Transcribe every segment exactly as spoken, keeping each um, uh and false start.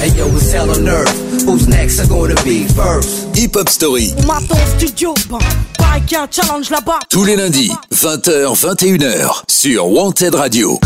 Hey yo, it's hell on earth. Who's next are gonna be first? Hip Hop Story. Maton studio, bah, pareil qu'il y a un challenge là-bas. Tous les lundis, vingt heures, vingt et une heures, sur Wanted Radio.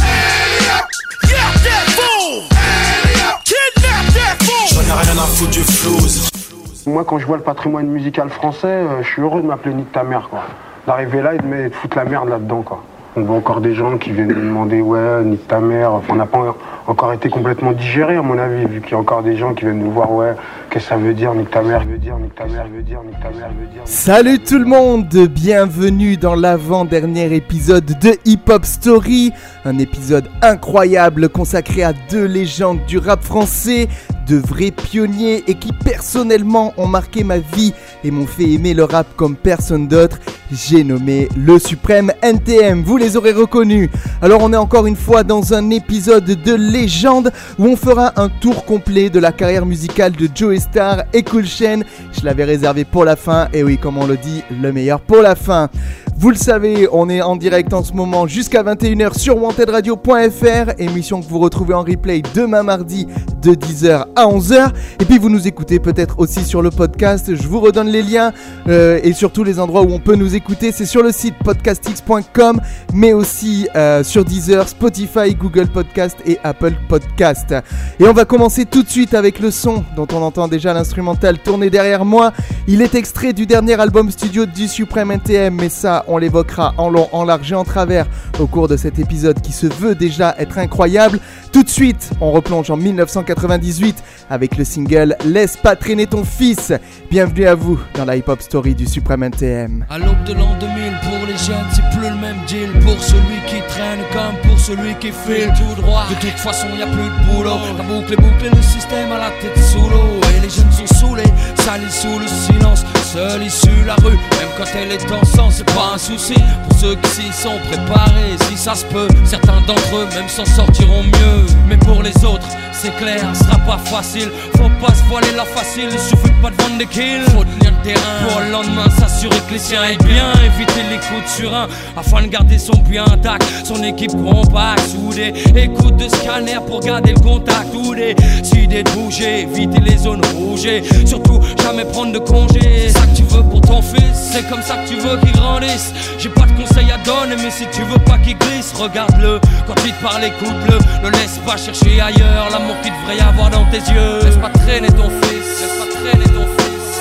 J'en ai rien à foutre du flouze. Moi, quand je vois le patrimoine musical français, euh, je suis heureux de m'appeler Nique ta mère, quoi. D'arriver là et de me foutre la merde là-dedans, quoi. On voit encore des gens qui viennent nous demander, ouais, nique ta mère. Enfin, on n'a pas encore été complètement digéré, à mon avis, vu qu'il y a encore des gens qui viennent nous voir, ouais, qu'est-ce que ça veut dire, nique ta mère, veut dire, nique ta mère, veut dire, nique ta mère, veut dire. Salut tout le monde, bienvenue dans l'avant-dernier épisode de Hip Hop Story. Un épisode incroyable consacré à deux légendes du rap français, de vrais pionniers et qui personnellement ont marqué ma vie et m'ont fait aimer le rap comme personne d'autre. J'ai nommé le suprême N T M, vous les aurez reconnus. Alors on est encore une fois dans un épisode de légende où on fera un tour complet de la carrière musicale de Joey Starr et Cool Chain. Je l'avais réservé pour la fin, et oui, comme on le dit, le meilleur pour la fin. Vous le savez, on est en direct en ce moment jusqu'à vingt et une heures sur wanted radio point f r, émission que vous retrouvez en replay demain mardi de dix heures à onze heures. Et puis vous nous écoutez peut-être aussi sur le podcast, je vous redonne les liens euh, et sur tous les endroits où on peut nous écouter, c'est sur le site podcastx point com, mais aussi euh, sur Deezer, Spotify, Google Podcast et Apple Podcast. Et on va commencer tout de suite avec le son dont on entend déjà l'instrumental tourner derrière moi. Il est extrait du dernier album studio du suprême N T M, mais ça on l'évoquera en long, en large et en travers au cours de cet épisode qui se veut déjà être incroyable. Tout de suite, on replonge en dix-neuf cent quatre-vingt-dix-huit avec le single « Laisse pas traîner ton fils ». Bienvenue à vous dans la hip-hop story du suprême N T M. À l'aube de l'an deux mille, pour les jeunes, c'est plus le même deal. Pour celui qui traîne comme pour celui qui file tout droit. De toute façon, y a plus de boulot. La boucle est bouclée, le système à la tête sous l'eau. Et les jeunes sont saoulés, salis sous le silence. Seule issue la rue, même quand elle est en sang, c'est pas un souci. Pour ceux qui s'y sont préparés, si ça se peut, certains d'entre eux même s'en sortiront mieux. Mais pour les autres, c'est clair, ce sera pas facile. Faut pas se voiler la facile, il suffit pas de vendre des kills. Faut tenir le terrain pour le lendemain s'assurer que les siens aient bien. Éviter les coups de surin afin de garder son puits intact. Son équipe compacte, soudée. Écoute de scanner pour garder le contact. Ou décider de bouger, éviter les zones rouges. Surtout jamais prendre de congé. C'est ça que tu veux pour ton fils, c'est comme ça que tu veux qu'il grandisse. J'ai pas de conseils à donner, mais si tu veux pas qu'il glisse, regarde-le. Quand il te parle, écoute-le. Ne laisse pas chercher ailleurs l'amour qu'il devrait y avoir dans tes yeux. Laisse pas traîner ton fils, laisse pas traîner ton fils.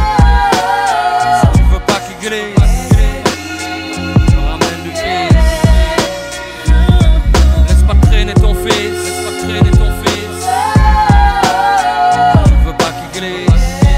Si tu veux pas qu'il glisse, ramène du fils. Laisse pas traîner ton fils, laisse pas traîner ton fils. Si tu veux pas qu'il glisse.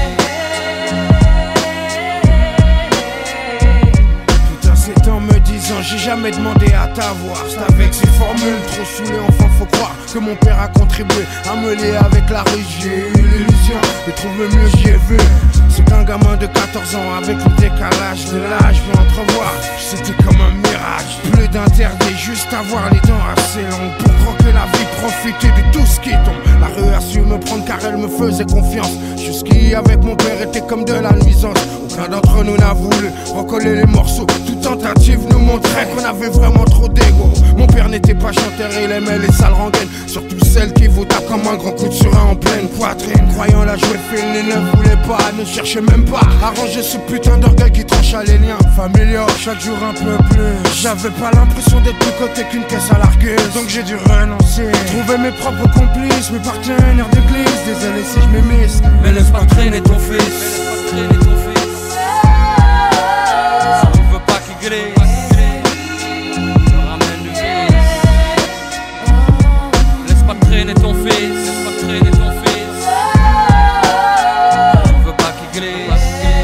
J'ai jamais demandé à t'avoir. C'est avec ces formules trop saoulées, enfin faut croire que mon père a contribué à me lier avec la rue. J'ai eu l'illusion de trouver mieux, j'y ai vu. C'est qu'un gamin de quatorze ans avec le décalage de l'âge peut entrevoir. C'était comme un mirage, plus d'interdit, juste avoir les dents assez longues pour croquer la vie, profiter de tout ce qui tombe. La rue a su me prendre car elle me faisait confiance. Jusqu'ici avec mon père était comme de la nuisance. Aucun d'entre nous n'a voulu recoller les morceaux. Toute tentative nous montrait qu'on avait vraiment trop d'ego. Mon père n'était pas chanteur, il aimait les sales rengaines. Surtout celles qui vous tapent comme un grand coup de surin en pleine poitrine. Croyant la jouer fine, il ne voulait pas, ne cherchait même pas à ranger ce putain d'orgueil qui trancha les liens familiaux. Chaque jour un peu plus, j'avais pas l'impression d'être plus côté qu'une caisse à largueuse. Donc j'ai dû renoncer, trouver mes propres complices, mes partenaires d'église. Désolé si je m'émisse, mais laisse pas traîner ton fils, mais laisse pas traîner ton fils. Si tu veux pas qu'il glisse, traîner ton fils, laisse pas traîner ton fils. On veut pas qu'il glisse.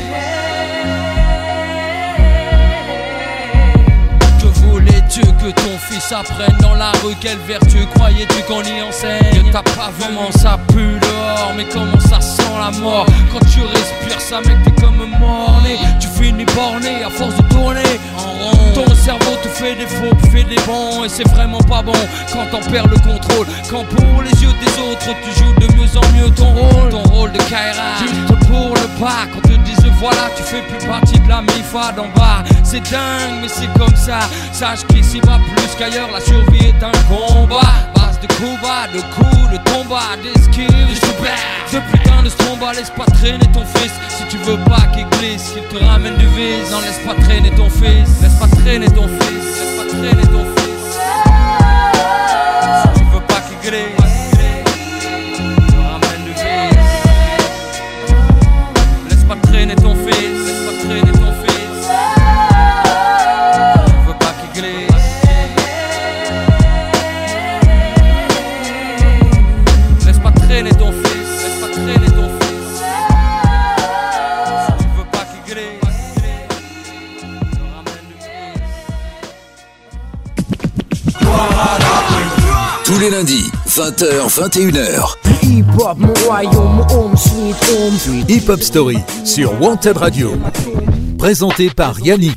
Que voulais-tu que ton fils apprenne dans la rue? Quelle vertu croyais-tu qu'on y enseigne? T'as pas vraiment ça pue dehors, mais comment ça sent la mort? Quand tu respires ça mec t'es comme mort-né. Tu finis borné à force de tourner en rond. Ton cerveau te fait des faux, te fait des bons. Et c'est vraiment pas bon quand t'en perds le contrôle. Quand pour les yeux des autres tu joues de mieux en mieux ton rôle. Ton rôle de Kaira, juste pour le pas. Quand te disent voilà tu fais plus partie de la mifa d'en bas. C'est dingue mais c'est comme ça. Sache qu'ici va plus qu'ailleurs, la survie est un combat. Base de coups bas, de coups, de combat, d'esquive, de super laisse pas traîner ton fils. Si tu veux pas qu'il glisse, qu'il te ramène du vice. Non, laisse pas traîner ton fils. Laisse pas traîner ton fils. Laisse pas traîner ton fils. Si tu veux pas qu'il glisse, te ramène du vice. Laisse pas traîner ton fils. Laisse pas traîner ton fils. Si tu veux pas qu'il glisse. Laisse pas traîner ton fils. Laisse pas traîner ton fils. Si tu veux pas qu'il glisse, te ramène du vice. Tous les lundis, vingt heures vingt et une heures. Hip-hop, mon royaume, mon home sweet home. Hip Hop Story sur Wanted Radio. Présenté par Yannick.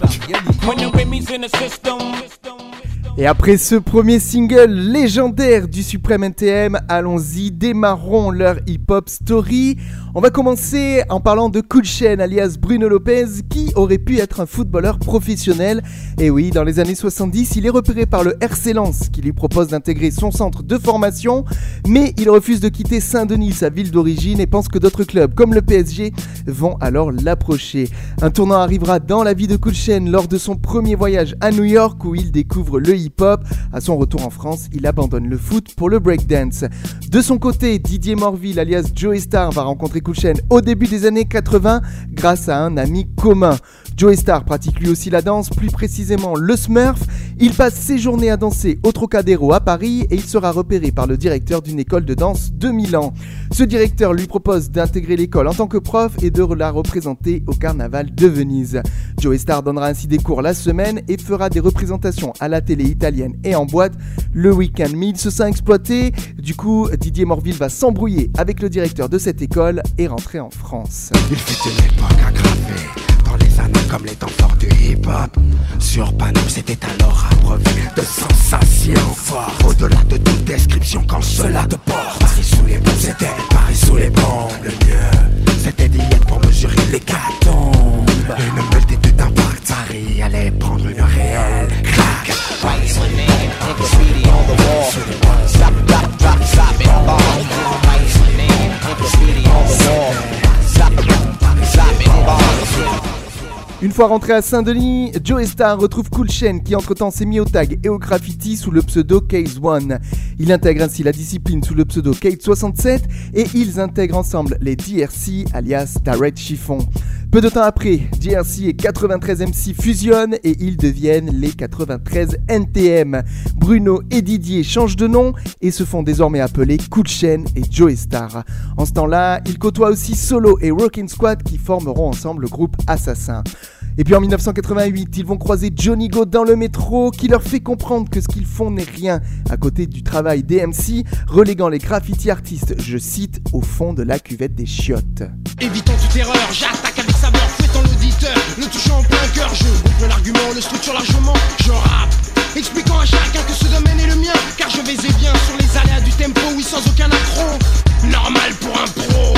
Et après ce premier single légendaire du Supreme N T M, allons-y, démarrons leur hip-hop story. On va commencer en parlant de Cool Chain, alias Bruno Lopez, qui aurait pu être un footballeur professionnel. Et oui, dans les années soixante-dix, il est repéré par le R C Lens, qui lui propose d'intégrer son centre de formation, mais il refuse de quitter Saint-Denis, sa ville d'origine, et pense que d'autres clubs, comme le P S G, vont alors l'approcher. Un tournant arrivera dans la vie de Cool Chain lors de son premier voyage à New York, où il découvre le hip-hop. À son retour en France, il abandonne le foot pour le breakdance. De son côté, Didier Morville, alias Joey Starr, va rencontrer Cool Chain au début des années quatre-vingts grâce à un ami commun. Joey Starr pratique lui aussi la danse, plus précisément le Smurf. Il passe ses journées à danser au Trocadéro à Paris et il sera repéré par le directeur d'une école de danse de Milan. Ce directeur lui propose d'intégrer l'école en tant que prof et de la représenter au carnaval de Venise. Joey Starr donnera ainsi des cours la semaine et fera des représentations à la télé italienne et en boîte le week-end. Mais il se sent exploité, du coup Didier Morville va s'embrouiller avec le directeur de cette école et rentrer en France. Il fut une époque à graver dans les années comme les temps forts du hip-hop. Sur Paname, c'était alors abreuvé de sensations fortes. Au-delà de toute description, quand cela te porte. Paris sous les bombes, c'était Paris sous les bombes. Le mieux, c'était d'y être pour mesurer l'hécatombe. Une multitude d'impacts, Paris allait prendre une réelle claque. Paris sous les bombes, graffiti on the wall. Stop, stop, drop, stop it, bomb. Paris sous les bombes, graffiti on the wall. Stop, stop, stop it, bomb. Une fois rentré à Saint-Denis, Joey Starr retrouve Cool Chain qui entre-temps s'est mis au tag et au graffiti sous le pseudo Case One. Il intègre ainsi la discipline sous le pseudo Kate soixante-sept et ils intègrent ensemble les D R C alias Tarek Chiffon. Peu de temps après, D R C et quatre-vingt-treize M C fusionnent et ils deviennent les quatre-vingt-treize N T M. Bruno et Didier changent de nom et se font désormais appeler Cool Chain et Joey Starr. En ce temps-là, ils côtoient aussi Solo et Rockin' Squad qui formeront ensemble le groupe Assassin. Et puis en dix-neuf cent quatre-vingt-huit, ils vont croiser Johnny Go dans le métro qui leur fait comprendre que ce qu'ils font n'est rien à côté du travail des M C, reléguant les graffiti artistes, je cite, au fond de la cuvette des chiottes. Évitant toute erreur, j'attaque avec saveur, fouettant l'auditeur, le touchant en plein cœur, je gonfle l'argument, le structure largement, je rappe, expliquant à chacun que ce domaine est le mien, car je vais et viens sur les aléas du tempo, oui sans aucun accroc, normal pour un pro.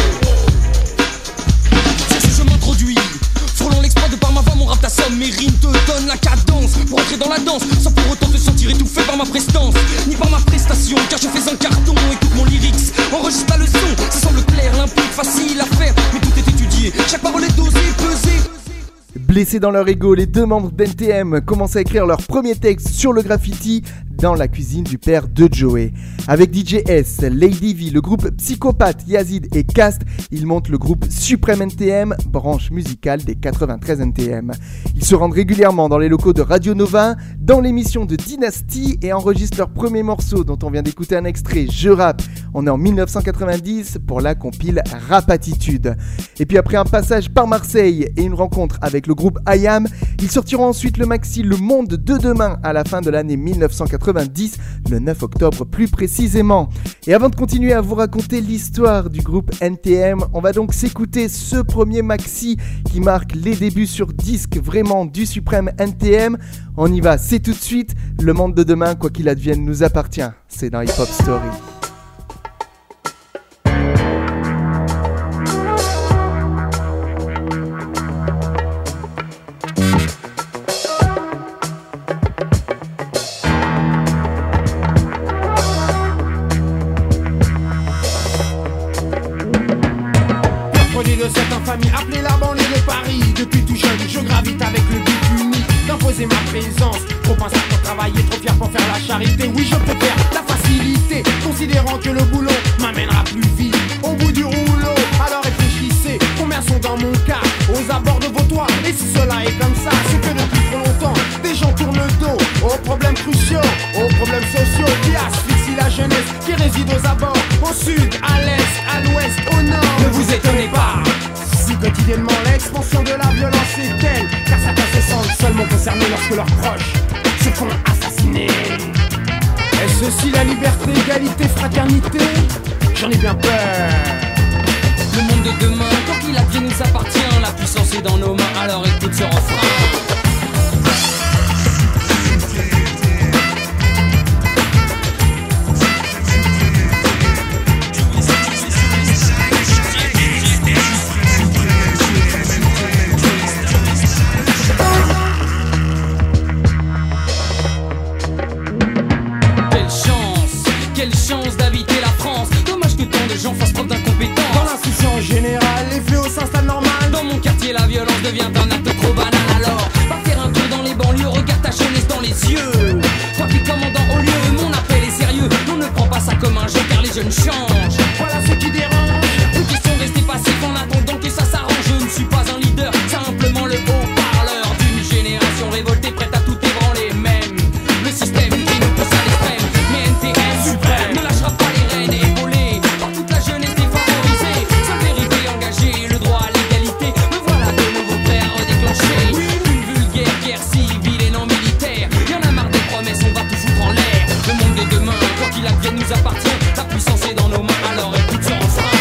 C'est si je m'introduis, frôlant l'exploit de par ma voix, mon rap t'assomme, mes rimes te donnent la cadence pour entrer dans la danse, sans pour autant te sentir étouffé par ma prestance, ni par ma prestation, car je fais un carton, écoute mon lyrics, enregistre la leçon, ça semble clair, limpide, facile à faire, mais tout est étudié, chaque parole est dosée, pesée. Blessés dans leur ego, les deux membres d'N T M commencent à écrire leur premier texte sur le graffiti dans la cuisine du père de Joey. Avec D J S, Lady V, le groupe Psychopathe, Yazid et Cast, ils montent le groupe Supreme N T M, branche musicale des quatre-vingt-treize N T M. Ils se rendent régulièrement dans les locaux de Radio Nova, dans l'émission de Dynasty et enregistrent leur premier morceau dont on vient d'écouter un extrait, Je rappe. On est en dix-neuf cent quatre-vingt-dix pour la compile Rap Attitude. Et puis après un passage par Marseille et une rencontre avec le groupe I A M, ils sortiront ensuite le maxi Le Monde de Demain à la fin de l'année dix-neuf cent quatre-vingt-dix, le neuf octobre plus précisément. Et avant de continuer à vous raconter l'histoire du groupe N T M, on va donc s'écouter ce premier maxi qui marque les débuts sur disque vraiment du suprême N T M. On y va, c'est tout de suite, Le Monde de Demain, quoi qu'il advienne, nous appartient. C'est dans Hip Hop Story. Dégoûté de cette infamie appelée la banlieue de Paris. Depuis tout jeune, je gravite avec le but unique d'imposer ma présence. Trop pensable pour travailler, trop fier pour faire la charité. Oui, je préfère la facilité, considérant que le boulot m'amènera plus vite au bout du rouleau. Alors réfléchissez, combien sont dans mon cas aux abords de vos toits. Et si cela est comme ça, c'est que depuis trop longtemps des gens tournent le dos aux problèmes cruciaux, aux problèmes sociaux qui asphyxient la jeunesse qui réside aux abords, au sud, à l'est, à l'ouest, au nord. Ne vous étonnez pas si quotidiennement l'expansion de la violence est telle, car certains se sentent seulement concernés lorsque leurs proches se font assassiner. Est-ce aussi la liberté, égalité, fraternité? J'en ai bien peur. Le monde de demain, quand il advient, nous appartient. La puissance est dans nos mains, alors écoute ce refrain. Quelle chance d'habiter la France. Dommage que tant de gens fassent preuve d'incompétence. Dans l'insouciance générale, les fléaux s'installent normal. Dans mon quartier, la violence devient un acte trop banal. Alors, va faire un tour dans les banlieues, regarde ta jeunesse dans les yeux. Toi qui commandant au lieu, mon appel est sérieux. On ne prend pas ça comme un jeu car les jeunes changent. Voilà ce qui dérange. Ceux qui sont restés passifs en attendant que ça s'arrange. Je ne suis pas un leader, simplement le haut-parleur d'une génération révoltée prête à tout ébranler. Même le système qui nous pousse à l'extrême. Mais N T S suprême ne lâchera pas les rênes, épaulées par toute la jeunesse défavorisée. Seule vérité engagée, le droit à l'égalité. Me voilà de nouveau prêt à redéclencher une vulgaire guerre civile et non militaire. Y'en a marre des promesses, on va tout foutre en l'air. Le monde de demain, quoi qu'il advienne, nous appartient. La puissance est dans nos mains, alors écoute ce refrain.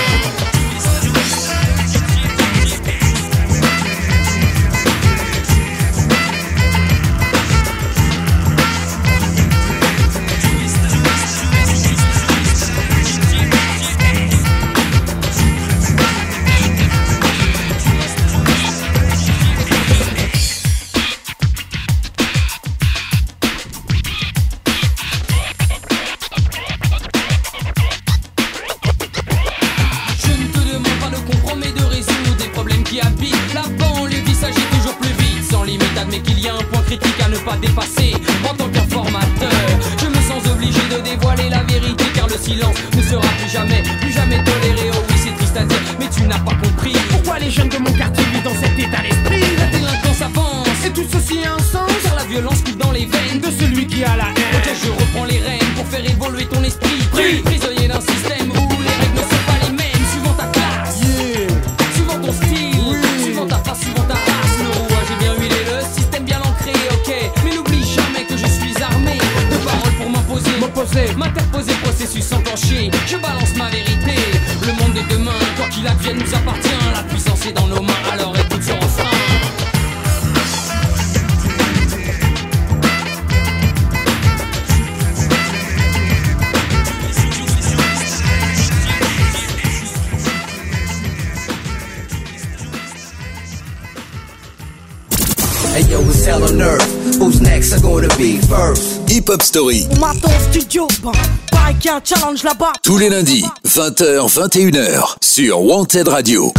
Dépasser en tant qu'informateur, je me sens obligé de dévoiler la vérité car le silence ne sera plus jamais, plus jamais toléré. Oh oui, c'est triste à dire, mais tu n'as pas compris pourquoi les jeunes de mon quartier vivent dans cet état d'esprit. La délinquance avance et tout ceci a un sens car la violence coule dans les veines de celui qui a la haine. Ok, je reprends les rênes pour faire évoluer ton esprit. Pris, prisonnier d'un système où les règles ne sont pas les mêmes. Suivant ta classe, yeah. Suivant ton style, oui. Suivant ta face, suivant ta race. Le rouage est bien huilé, le système bien ancré. Ok, mais n'oublie jamais que je suis armé de paroles pour m'imposer, m'opposer, m'interposer, processus enclenché. Je balance ma vérité. Le monde de demain, quoi qu'il advienne, nous appartient. La puissance est dans nos mains, alors écoute ce refrain. Hey yo, it's hell on earth. Who's next are gonna be first? Hip Hop Story. On m'attend au studio, ben, pareil qu'il y a un challenge là-bas. Tous les lundis, vingt heures, vingt et une heures, sur Wanted Radio.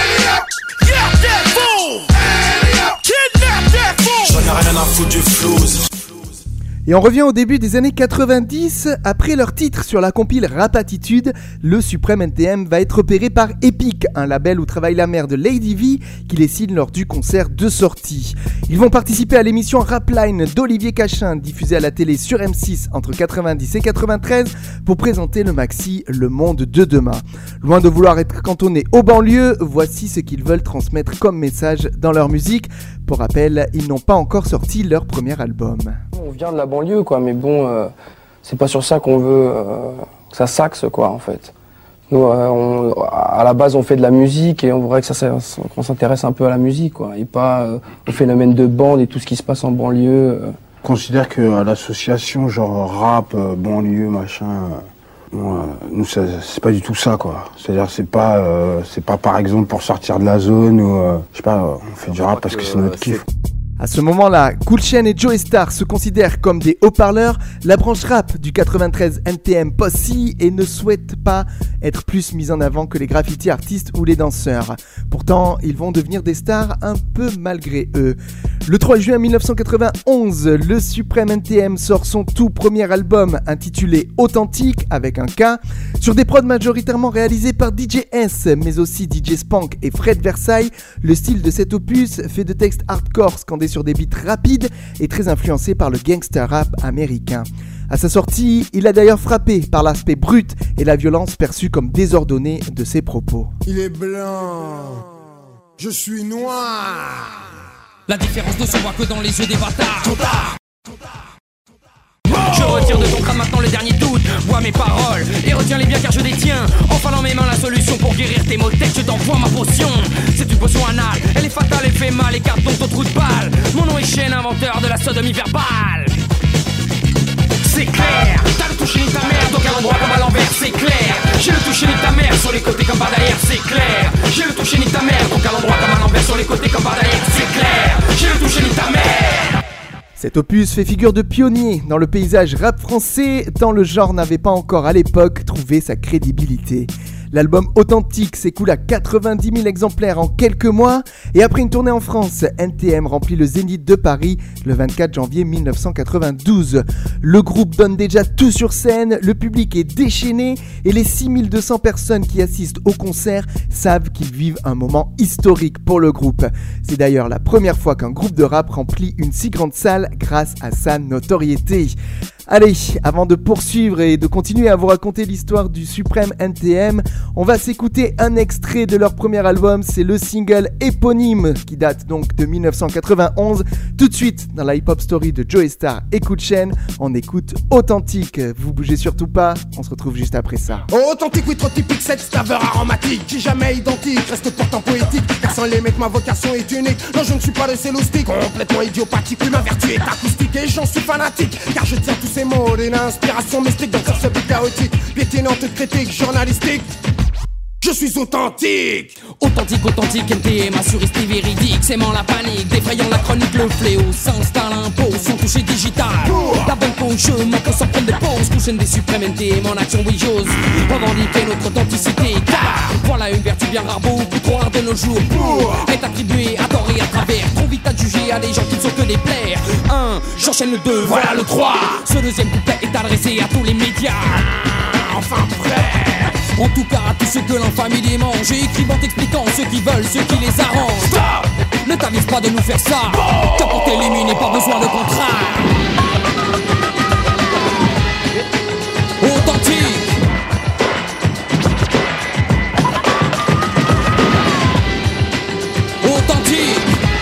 J'en ai rien à foutre du flouze. Et on revient au début des années quatre-vingt-dix. Après leur titre sur la compile Rap Attitude, le Suprême N T M va être repéré par Epic, un label où travaille la mère de Lady V, qui les signe lors du concert de sortie. Ils vont participer à l'émission Rapline d'Olivier Cachin, diffusée à la télé sur M six entre quatre-vingt-dix et quatre-vingt-treize, pour présenter le maxi Le Monde de Demain. Loin de vouloir être cantonnés aux banlieues, voici ce qu'ils veulent transmettre comme message dans leur musique. Pour rappel, ils n'ont pas encore sorti leur premier album. On vient de la banlieue, quoi, mais bon, euh, c'est pas sur ça qu'on veut euh, que ça s'axe, quoi, en fait. Nous, euh, on, à la base, on fait de la musique et on voudrait que ça, ça, qu'on s'intéresse un peu à la musique, quoi, et pas euh, au phénomène de bande et tout ce qui se passe en banlieue. Euh. Je considère que euh, l'association, genre rap, euh, banlieue, machin, euh, bon, euh, nous, ça, c'est pas du tout ça, quoi. C'est-à-dire, c'est pas, euh, c'est pas par exemple pour sortir de la zone ou, euh, je sais pas, on fait du rap parce que c'est notre kiff. À ce moment-là, Cool Chain et Joey Starr se considèrent comme des haut-parleurs, la branche rap du quatre-vingt-treize N T M Posse, et ne souhaitent pas être plus mis en avant que les graffiti artistes ou les danseurs. Pourtant, ils vont devenir des stars un peu malgré eux. Le trois juin mille neuf cent quatre-vingt-onze, le Supreme N T M sort son tout premier album intitulé Authentique avec un K, sur des prods majoritairement réalisés par D J S, mais aussi D J Spank et Fred Versailles. Le style de cet opus fait de textes hardcore scandés sur des beats rapides et très influencé par le gangster rap américain. À sa sortie, il a d'ailleurs frappé par l'aspect brut et la violence perçue comme désordonnée de ses propos. Il est blanc, je suis noir. La différence ne se voit que dans les yeux des bâtards. Je retire de ton crâne maintenant le dernier doute. Vois mes paroles et retiens-les bien car je détiens enfin dans mes mains la solution pour guérir tes maux de tête. Je t'envoie ma potion. C'est une potion anale, elle est fatale, elle fait mal, écarte donc ton trou de balle. Mon nom est Chaîne, inventeur de la sodomie verbale. C'est clair, t'as le toucher ni ta mère, donc à l'endroit comme à l'envers, c'est clair. J'ai le toucher ni ta mère, sur les côtés comme par derrière, c'est clair. J'ai le toucher ni ta mère, donc à l'endroit comme à l'envers, sur les côtés comme par derrière, c'est clair. J'ai le toucher ni ta mère. Cet opus fait figure de pionnier dans le paysage rap français, tant le genre n'avait pas encore à l'époque trouvé sa crédibilité. L'album Authentique s'écoule à quatre-vingt-dix mille exemplaires en quelques mois, et après une tournée en France, N T M remplit le Zénith de Paris le vingt-quatre janvier mille neuf cent quatre-vingt-douze. Le groupe donne déjà tout sur scène, le public est déchaîné et les six mille deux cents personnes qui assistent au concert savent qu'ils vivent un moment historique pour le groupe. C'est d'ailleurs la première fois qu'un groupe de rap remplit une si grande salle grâce à sa notoriété. Allez, avant de poursuivre et de continuer à vous raconter l'histoire du Supreme N T M, on va s'écouter un extrait de leur premier album, c'est le single éponyme qui date donc de mille neuf cent quatre-vingt-onze. Tout de suite, dans la hip-hop story de Joey Starr et Cool Chain, on écoute Authentique. Vous bougez surtout pas, on se retrouve juste après ça. Authentique, oui, trop typique, cette saveur aromatique qui jamais identique, reste pourtant poétique, car sans les mecs ma vocation est unique. Non, je ne suis pas le célostique, complètement idiopathique, oui, ma vertu est acoustique et j'en suis fanatique, car je tiens tous ces mots d'une inspiration mystique dans ce but chaotique, piétinante critique journalistique. Je suis authentique. Authentique, authentique, N T M, assuriste véridique, sémant la panique, défrayant la chronique, le fléau s'installe, impose son toucher digital. La bonne cause, je manque sans prendre des pauses, couchaine des suprêmes N T M en action, oui j'ose revendiquer notre authenticité, car voilà une vertu bien rare, beaucoup trop rare de nos jours, pour être attribuée à tort et à travers, trop vite à juger à des gens qui ne sont que des plaires. Un, j'enchaîne le deux, voilà le trois. Ce deuxième couplet est adressé à tous les médias. Enfin prêt. En tout cas à tous ceux que l'infamie démange, j'ai écrit en t'expliquant ceux qui veulent, ceux qui les arrangent. Stop. Ne t'avise pas de nous faire ça, oh. Car pour t'éliminer pas besoin de contrat. Authentique. Authentique.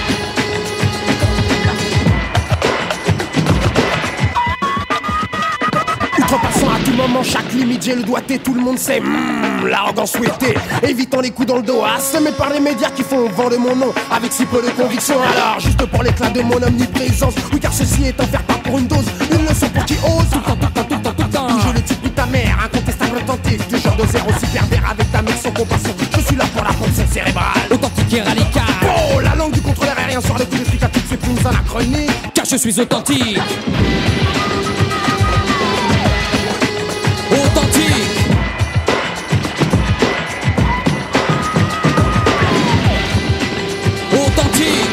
Outrepassant à tout moment chaque limite, j'ai le doigté, tout le monde sait mmh, l'arrogance souhaitée, évitant les coups dans le dos, assommé par les médias qui font vent de mon nom avec si peu de conviction. Alors juste pour l'éclat de mon omniprésence, oui car ceci est un faire pas pour une dose, une leçon pour qui ose. Tout le temps, tout le temps, tout le temps, tout le temps, où je le tue ta mère, incontestable authentique, du genre de zéro super vert avec ta mère sans compassion. Je suis là pour la fonction cérébrale, authentique et radical. Oh, la langue du contrôleur aérien sur les coups de fric à toutes ces plumes anachroniques, car je suis authentique. Authentique. Authentique.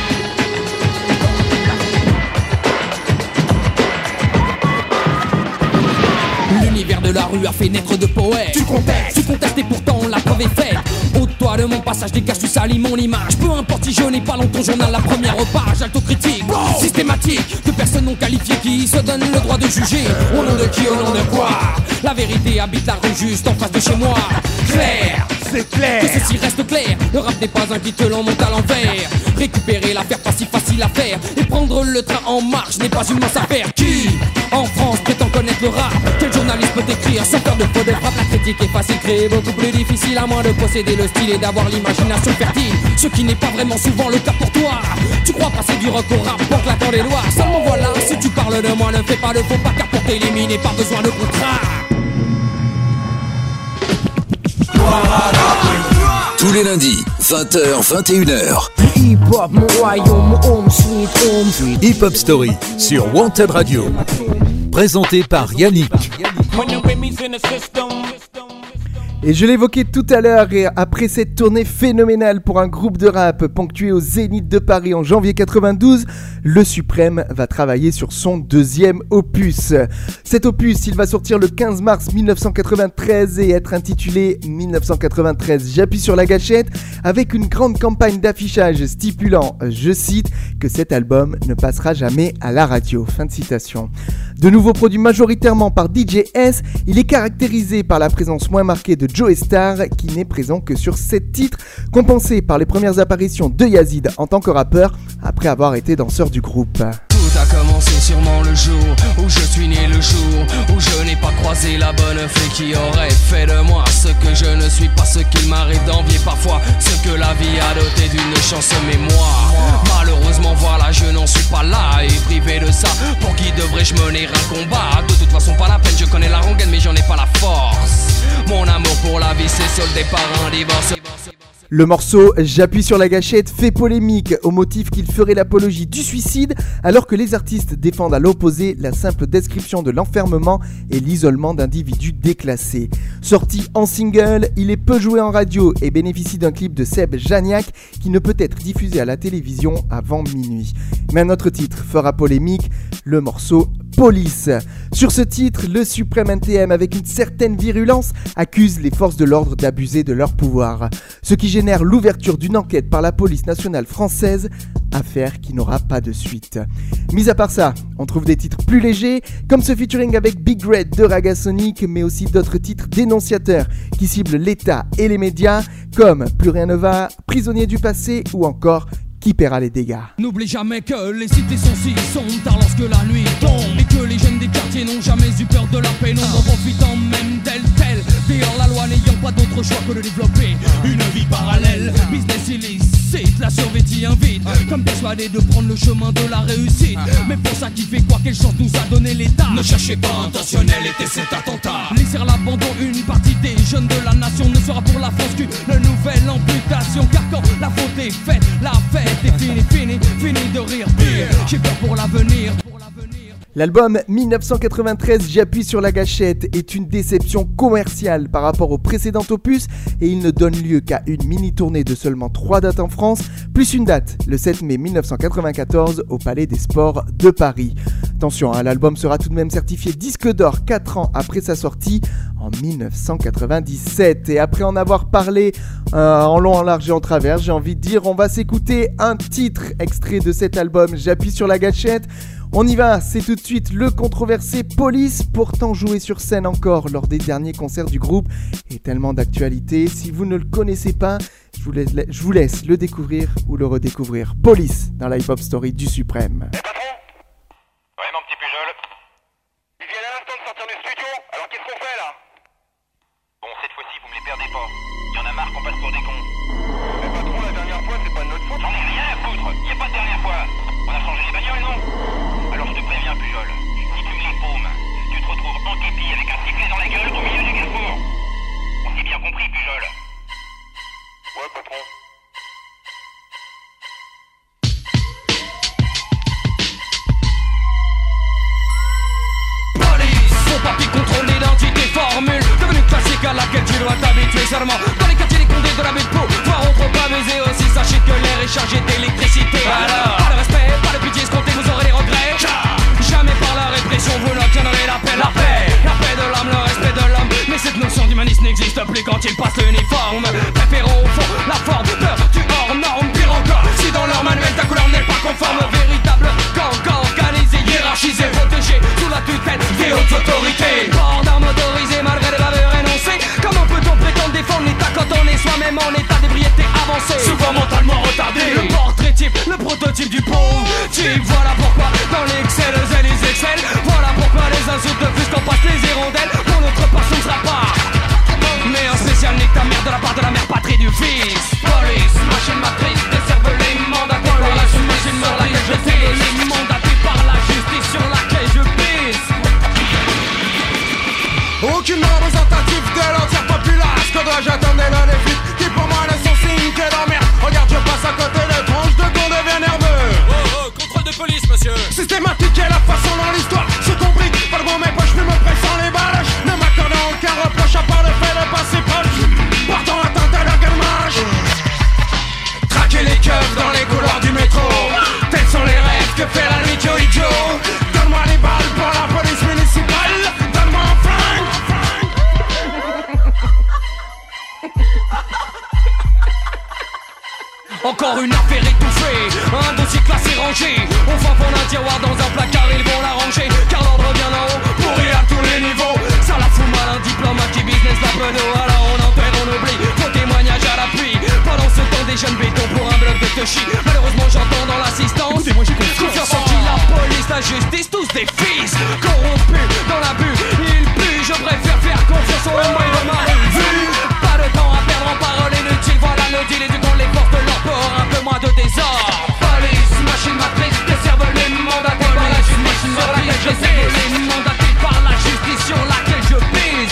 L'univers de la rue a fait naître de poètes. Tu contestes, tu contestes et pourtant la preuve est faite. Ôte-toi de mon passage, dégage, tu salis mon image. Peu importe si je n'ai pas dans ton journal la première page. Autocritique, oh. Systématique, que personne non qualifié qui se donne le droit de juger. Au nom de qui, au nom de quoi? La vérité habite la rue juste en face de chez moi. Clair, c'est clair, que ceci reste clair. Le rap n'est pas un qui te l'emmonte à l'envers. Récupérer l'affaire pas si facile à faire, et prendre le train en marche n'est pas une mince affaire. Qui, en France, prétend connaître le rap? Quel journaliste peut écrire sans faire de faute de frappe? La critique est facile, créer beaucoup plus difficile, à moins de posséder le style et d'avoir l'imagination fertile, ce qui n'est pas vraiment souvent le cas pour toi. Tu crois passer du rock au rap en claquant des doigts. Seulement voilà, si tu parles de moi, ne fais pas de faux pas, car pour t'éliminer, pas besoin de contrat. Tous les lundis, vingt heures, vingt et une heures, hip-hop, mon royaume, mon home sweet home sweet. Hip Hop Story sur Wanted Radio. Présenté par Yannick. Et je l'évoquais tout à l'heure, et après cette tournée phénoménale pour un groupe de rap ponctué au Zénith de Paris en janvier quatre-vingt-douze, Le Suprême va travailler sur son deuxième opus. Cet opus, il va sortir le quinze mars mille neuf cent quatre-vingt-treize et être intitulé mille neuf cent quatre-vingt-treize J'appuie sur la gâchette, avec une grande campagne d'affichage stipulant, je cite, que cet album ne passera jamais à la radio. Fin de citation. De nouveau produit majoritairement par D J S, il est caractérisé par la présence moins marquée de Joe Star, qui n'est présent que sur sept titres, compensé par les premières apparitions de Yazid en tant que rappeur, après avoir été danseur du groupe. Tout a commencé sûrement le jour où je suis né, le jour où je n'ai pas croisé la bonne fée qui aurait fait de moi ce que je ne suis pas, ce qu'il m'arrive d'envier parfois, ce que la vie a doté d'une chance. Mais moi, malheureusement voilà, je n'en suis pas là et privé de ça, pour qui devrais-je mener un combat? De toute façon pas la peine, je connais la rengaine mais j'en ai pas la force. Mon amour pour la vie s'est soldé par un divorce. Le morceau « J'appuie sur la gâchette » fait polémique au motif qu'il ferait l'apologie du suicide, alors que les artistes défendent à l'opposé la simple description de l'enfermement et l'isolement d'individus déclassés. Sorti en single, il est peu joué en radio et bénéficie d'un clip de Seb Janiak qui ne peut être diffusé à la télévision avant minuit. Mais un autre titre fera polémique, le morceau Police. Sur ce titre, le Suprême N T M, avec une certaine virulence, accuse les forces de l'ordre d'abuser de leur pouvoir, ce qui génère l'ouverture d'une enquête par la police nationale française, affaire qui n'aura pas de suite. Mis à part ça, on trouve des titres plus légers, comme ce featuring avec Big Red de Raga Sonic, mais aussi d'autres titres dénonciateurs qui ciblent l'État et les médias, comme Plus rien ne va, Prisonnier du passé ou encore Qui paiera les dégâts. N'oublie jamais que les cités sont si sombres tard lorsque la nuit tombe, et que les jeunes des quartiers n'ont jamais eu peur de la pénombre, en profitant même d'elle telle, dehors la loi n'ayant pas d'autre choix que de développer une vie parallèle. Business illicite, la survêtie invite, comme persuadé de prendre le chemin de la réussite. Mais pour ça qui fait quoi, quelle chance nous a donné l'État? Ne cherchez pas, intentionnel était cet attentat. Laisser à l'abandon une partie des jeunes de la nation ne sera pour la France qu'une nouvelle amputation. Car quand la faute est faite, la fête est fini, fini, fini de rire pire. J'ai peur pour l'avenir. L'album mille neuf cent quatre-vingt-treize J'appuie sur la gâchette est une déception commerciale par rapport au précédent opus, et il ne donne lieu qu'à une mini-tournée de seulement trois dates en France, plus une date le sept mai mille neuf cent quatre-vingt-quatorze au Palais des Sports de Paris. Attention, hein, l'album sera tout de même certifié disque d'or quatre ans après sa sortie en mille neuf cent quatre-vingt-dix-sept. Et après en avoir parlé euh, en long, en large et en travers, j'ai envie de dire, on va s'écouter un titre extrait de cet album J'appuie sur la gâchette. On y va, c'est tout de suite le controversé Police, pourtant joué sur scène encore lors des derniers concerts du groupe, et tellement d'actualité. Si vous ne le connaissez pas, je vous laisse, je vous laisse le découvrir ou le redécouvrir. Police dans la Hip Hop Story du Suprême. Eh patron ? Ouais mon petit Pujol. Ils viennent à l'instant de sortir du studio, alors qu'est-ce qu'on fait là ? Bon, cette fois-ci vous me les perdez pas. Il y en a marre qu'on passe pour des cons. Mais patron, la dernière fois c'est pas de notre faute. J'en ai rien à foutre, y a pas de dernière fois. On a changé les bagnoles, non ? Alors je te préviens, Pujol, si tu me les paumes, tu te retrouves en képi avec un sifflet dans la gueule au milieu du carrefour. On s'est bien compris, Pujol. Ouais, patron. Police, faut papier contrôle l'identité formule, devenu classique à laquelle tu dois t'habituer seulement. Dans les quartiers, les condés de la baie de Pau, voire trop pas baiser aussi, sachez que l'air est chargé d'électricité. Alors, pas de respect, pas de pitié escompté, vous aurez des regrets. Jamais par la répression vous n'obtiendrez la paix. La paix, la paix de l'âme, le respect de l'homme. Mais cette notion d'humanisme n'existe plus quand il passe l'uniforme. Préférons au fond la forme, peur du hors norme. Pire encore, si dans leur manuel ta couleur n'est pas conforme. Véritable gang organisé, hiérarchisé, protégé sous la tutelle des hautes autorités. Port d'armes autorisées malgré les bavures énoncées. Comment peut-on prétendre défendre l'État quand on est soi-même en état d'ébriété avancée, souvent mentalement retardé? Le portrait type, le prototype du pauvre type. Voilà pourquoi dans l'excel et les excels, voilà pourquoi les insultes de plus qu'on passe les hirondelles. Pour notre part ce ne sera pas mais un spécial n'est Encore une affaire étouffée, un dossier classé rangé. On va prendre un tiroir dans un placard, ils vont l'arranger. Car l'ordre vient d'en haut, pourri à tous les niveaux. Ça la fout mal, un diplomate qui business la penaud. Alors on enterre, on oublie, vos témoignages à l'appui. Pendant ce temps des jeunes bétons pour un bloc de touchy. Malheureusement j'entends dans l'assistance confiance en qui, la police, la justice, tous des fils corrompus dans l'abus, ils puent. Je préfère faire confiance aux hommes de ma revue. Pas de temps à perdre en paroles inutiles. Voilà le deal et du coup les portes de leur port. Un peu moins de désordre. Police, machine matrice, des cervelés mandatés par la justice sur laquelle je pise. Mandatés par la justice sur laquelle je pise.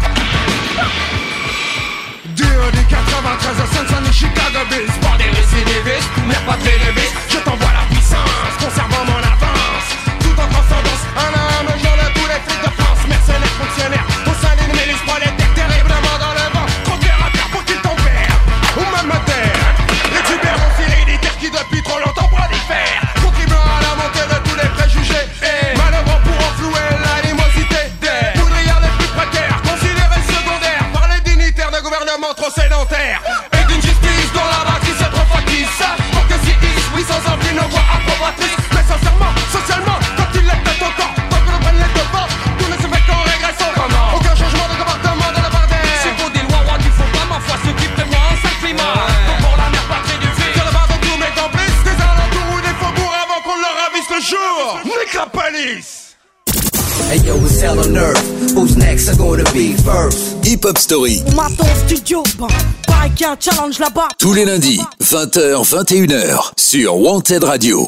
D O D quatre-vingt-treize à Cincinnati, Chicago Bills. Pas des récidivistes, mais pas de télévis. Je t'envoie la puissance, conservant mon avance. Tout en transcendance, un homme, j'en ai tous les flics de France. Mercenaires, fonctionnaires, au sein d'une milice prolétaire. Terriblement dans le vent, trop terre à terre pour qu'ils t'en perdent. Ou même à terre, les tubères ont héréditaires qui depuis trop longtemps prolifèrent. Contribuant à la montée de tous les préjugés. Et manœuvrant pour enflouer l'animosité des poudrières les plus précaires. Considérés secondaires par les dignitaires de gouvernement trop sédentaires. Et d'une justice dont la matrice est trop factice. Pour que si ils oui sans envie nos voix approbatrices. Mais sincèrement, socialement, quand il est peut-être encore, tant que l'on prenne les devants, tout ne se fait qu'en régressant. Comment aucun changement de comportement de la part des. C'est pour des lois, roi du faut pas, ma foi, ce qui prévoit un sale climat. Donc pour la mère patrie du fils, sur la barre de tous mes complices, des alentours ou des faubourgs avant qu'on leur ravisse le jour. Nique la police. Hey yo, it's hell on earth. Who's next are gonna be first? Hip Hop Story. On m'attend au studio, bah, pareil qu'il y a un challenge là-bas. Tous les lundis, vingt heures, vingt et une heures, sur Wanted Radio.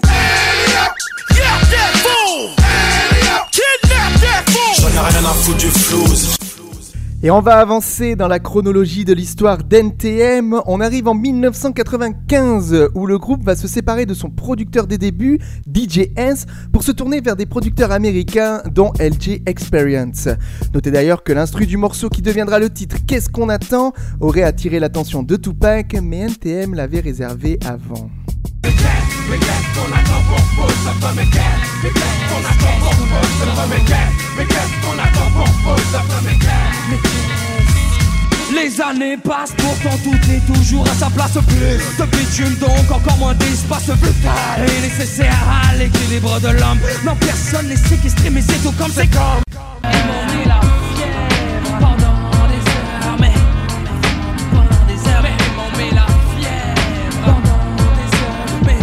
J'en ai rien à foutre du flouze. Et on va avancer dans la chronologie de l'histoire d'N T M. On arrive en dix-neuf cent quatre-vingt-quinze où le groupe va se séparer de son producteur des débuts, D J S, pour se tourner vers des producteurs américains dont L J Experience. Notez d'ailleurs que l'instru du morceau qui deviendra le titre Qu'est-ce qu'on attend aurait attiré l'attention de Tupac, mais N T M l'avait réservé avant. Mais qu'est-ce qu'on attend pour foutre, ça peut me qu'est Mais qu'est-ce qu'on attend pour foutre, ça peut me qu'est Mais qu'est-ce qu'on attend pour foutre, ça peut me qu'est Les années passent, pourtant tout est toujours à sa place. Plus de bitume, donc encore moins d'espace brutal et nécessaire à l'équilibre de l'homme. Non, personne n'est séquestré, mais c'est tout comme c'est comme. Ils m'ont mis la fièvre pendant des heures, mais pendant des heures, mais ils m'ont mis la fièvre pendant des heures, mais.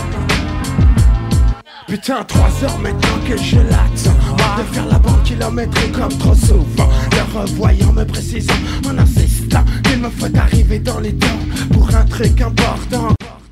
Putain, trois heures maintenant que je l'attends. Marre de faire la bande kilométrique comme trop souvent. Le revoyant me précisant, en insistant qu'il me faut arriver dans les temps pour un truc important.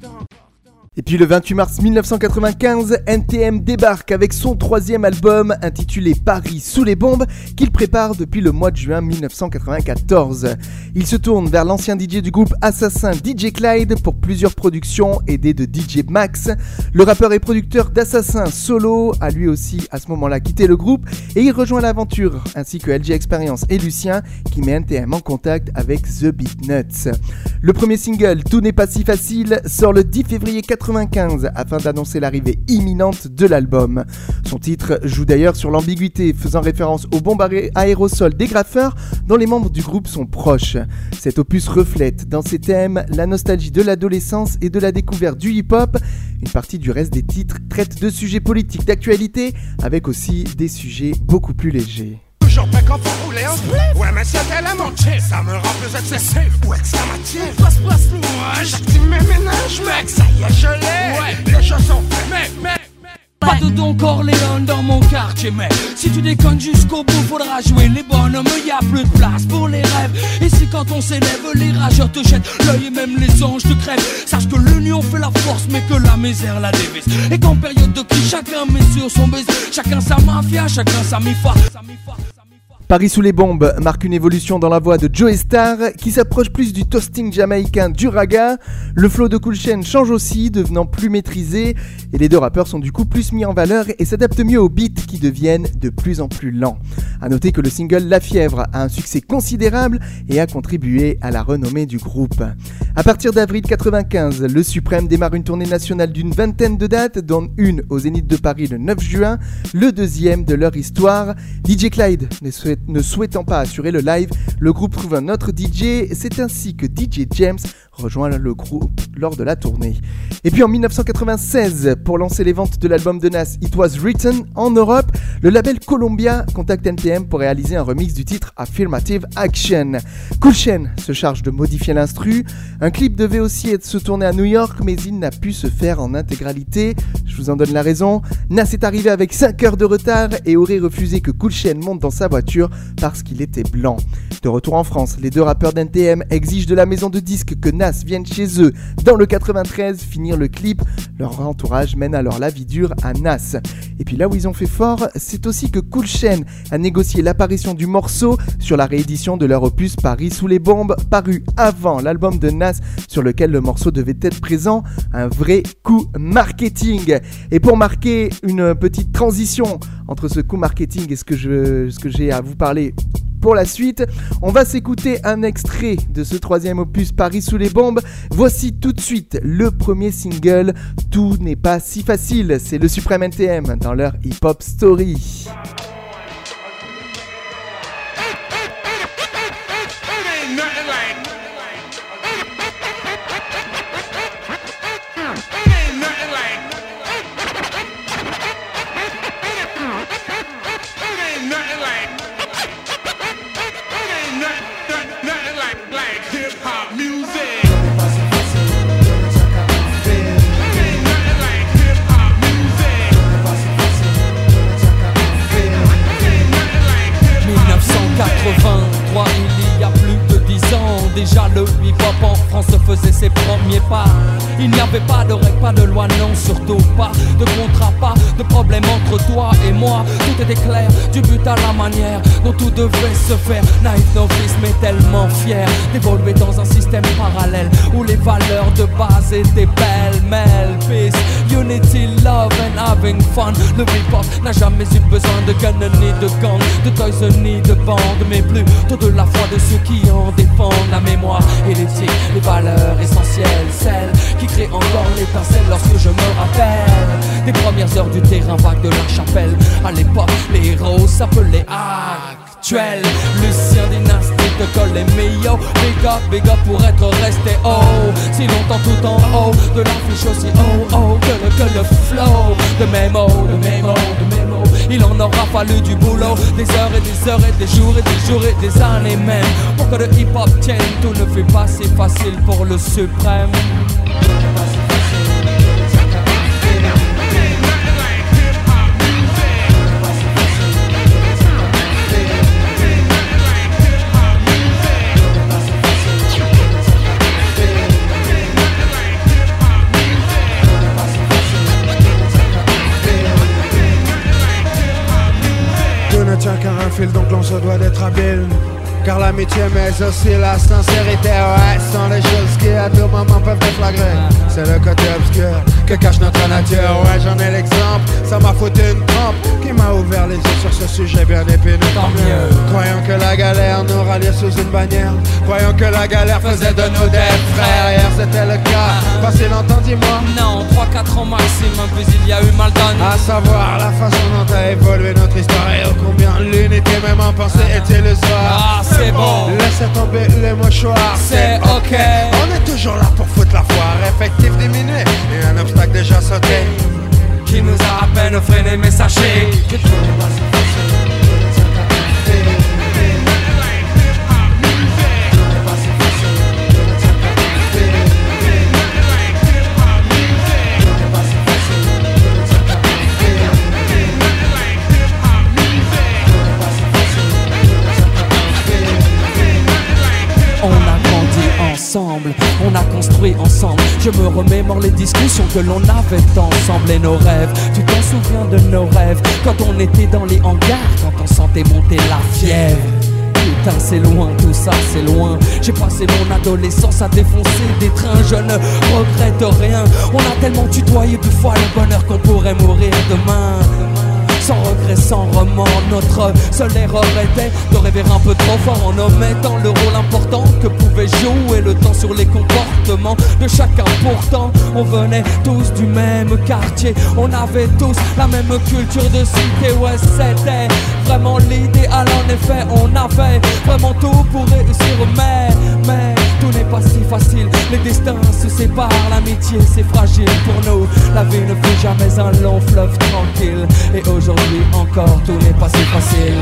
Et puis le vingt-huit mars mille neuf cent quatre-vingt-quinze, N T M débarque avec son troisième album intitulé Paris sous les bombes qu'il prépare depuis le mois de juin mille neuf cent quatre-vingt-quatorze. Il se tourne vers l'ancien D J du groupe Assassin D J Clyde pour plusieurs productions aidé de D J Max. Le rappeur et producteur d'Assassin Solo a lui aussi à ce moment-là quitté le groupe et il rejoint l'aventure ainsi que L J Experience et Lucien qui met N T M en contact avec The Beatnuts. Le premier single Tout n'est pas si facile sort le dix février quatre-vingt-quinze afin d'annoncer l'arrivée imminente de l'album. Son titre joue d'ailleurs sur l'ambiguïté faisant référence aux bombes aérosols des graffeurs dont les membres du groupe sont proches. Cet opus reflète dans ses thèmes la nostalgie de l'adolescence et de la découverte du hip-hop. Une partie du reste des titres traite de sujets politiques d'actualité avec aussi des sujets beaucoup plus légers. Toujours prêt quand faut rouler un split. Ouais mais c'est tellement manqué, ça me rend plus excessif. Ouais que ça m'attire, place place moi. J'active mes ménages mec, ça y est je l'ai. Ouais, les choses sont faites, mais mais pas de Don Corleone dans mon quartier, mais si tu déconnes jusqu'au bout, faudra jouer les bonhommes. Y a plus de place pour les rêves. Et si quand on s'élève, les rageurs te jettent l'œil et même les anges te crèvent. Sache que l'union fait la force, mais que la misère la dévise. Et qu'en période de crise, chacun met sur son baiser. Chacun sa mafia, chacun sa mifa. Paris sous les bombes marque une évolution dans la voix de Joey Starr qui s'approche plus du toasting jamaïcain du raga. Le flow de Cool Chain change aussi, devenant plus maîtrisé et les deux rappeurs sont du coup plus mis en valeur et s'adaptent mieux aux beats qui deviennent de plus en plus lents. A noter que le single La Fièvre a un succès considérable et a contribué à la renommée du groupe. À partir d'avril quatre-vingt-quinze, le Suprême démarre une tournée nationale d'une vingtaine de dates, dont une au Zénith de Paris le neuf juin, le deuxième de leur histoire. D J Clyde ne souhaite ne souhaitant pas assurer le live, le groupe trouve un autre D J. C'est ainsi que D J James rejoint le groupe lors de la tournée. Et puis en dix-neuf cent quatre-vingt-seize, pour lancer les ventes de l'album de Nas It Was Written en Europe, le label Columbia contacte N T M pour réaliser un remix du titre Affirmative Action. Cool Chain se charge de modifier l'instru. Un clip devait aussi être se tourner à New York, mais il n'a pu se faire en intégralité. Je vous en donne la raison. Nas est arrivé avec cinq heures de retard et aurait refusé que Cool Chain monte dans sa voiture parce qu'il était blanc. De retour en France, les deux rappeurs d'N T M exigent de la maison de disques que Nas vienne chez eux dans le quatre-vingt-treize finir le clip. Leur entourage mène alors la vie dure à Nas. Et puis là où ils ont fait fort, c'est aussi que Cool Chain a négocié l'apparition du morceau sur la réédition de leur opus Paris sous les bombes, paru avant l'album de Nas sur lequel le morceau devait être présent. Un vrai coup marketing. Et pour marquer une petite transition entre ce coup marketing et ce que, je, ce que j'ai à vous parler pour la suite, on va s'écouter un extrait de ce troisième opus Paris sous les bombes. Voici tout de suite le premier single, Tout n'est pas si facile. C'est le Suprême N T M dans leur Hip Hop Story. quatre-vingt-trois, il y a plus de dix ans, déjà le hip-hop en France faisait ses premiers pas. Il n'y avait pas de règles, pas de loi, non, surtout pas de contrat, pas de problème entre toi et moi. Tout était clair, du but à la manière dont tout devait se faire. Naïf novice, mais tellement fier d'évoluer dans un système parallèle où les valeurs de base étaient pêle-mêle. Peace, unity, love and having fun. Le hip-hop n'a jamais eu besoin de gun ni de gang, de toys ni de bande, mais plutôt de la foi de ceux qui en défendent la mémoire et l'éthique, les valeurs essentielles, celles qui créent encore l'étincelle lorsque je me rappelle des premières heures du terrain vague de la chapelle. À l'époque, les héros s'appelaient actuels. Lucien Dynastie te colle les meilleurs. Big up, big up pour être resté haut si longtemps tout en haut de l'affiche aussi oh oh que le, que le flow de mes mots, de mes mots, de mes mots. Il en aura fallu du boulot, des heures et des heures et des jours et des jours et des années même pour que le hip-hop tienne. Tout ne fait pas si facile pour le suprême. Tient qu'à un fil, donc l'on se doit d'être habile. Car l'amitié mais aussi la sincérité, ouais, sont les choses qui à tout moment peuvent déflagrer. C'est le côté obscur que cache notre nature, ouais, j'en ai l'exemple. Ça m'a foutu une trempe qui m'a ouvert les yeux sur ce sujet bien épineux. Tant mieux. Croyant que la galère nous ralliait sous une bannière, croyant que la galère faisait de nous des frères. Hier c'était le cas, pas si longtemps, dis-moi. Non, trois quatre ans maximum, puis il y a eu mal donné. À savoir la façon dont a évolué notre histoire et ô combien l'unité même en pensée est illusoire. Ah, c'est bon, laissez tomber les mouchoirs, c'est ok. On est toujours là pour foutre la foire. Effectif diminué et un obstacle déjà sauté qui nous a à peine freiné, mais sachez que tout n'est pas si facile. On a grandi ensemble, on a construit ensemble. Je me remémore les discussions que l'on avait ensemble et nos rêves. Tu t'en souviens de nos rêves quand on était dans les hangars, quand on sentait monter la fièvre. Putain c'est loin, tout ça c'est loin. J'ai passé mon adolescence à défoncer des trains. Je ne regrette rien. On a tellement tutoyé deux fois le bonheur qu'on pourrait mourir demain. sans regret, sans remords. Notre seule erreur était de rêver un peu trop fort en omettant le rôle important que pouvait jouer le temps sur les comportements de chacun. Pourtant, on venait tous du même quartier, on avait tous la même culture de cité. Ouais, c'était vraiment l'idéal, en effet, on avait vraiment tout pour réussir, mais, mais tout n'est pas si facile, les destins se séparent, l'amitié c'est fragile pour nous, la vie ne fut jamais un long fleuve tranquille, et aujourd'hui encore tout n'est pas si facile.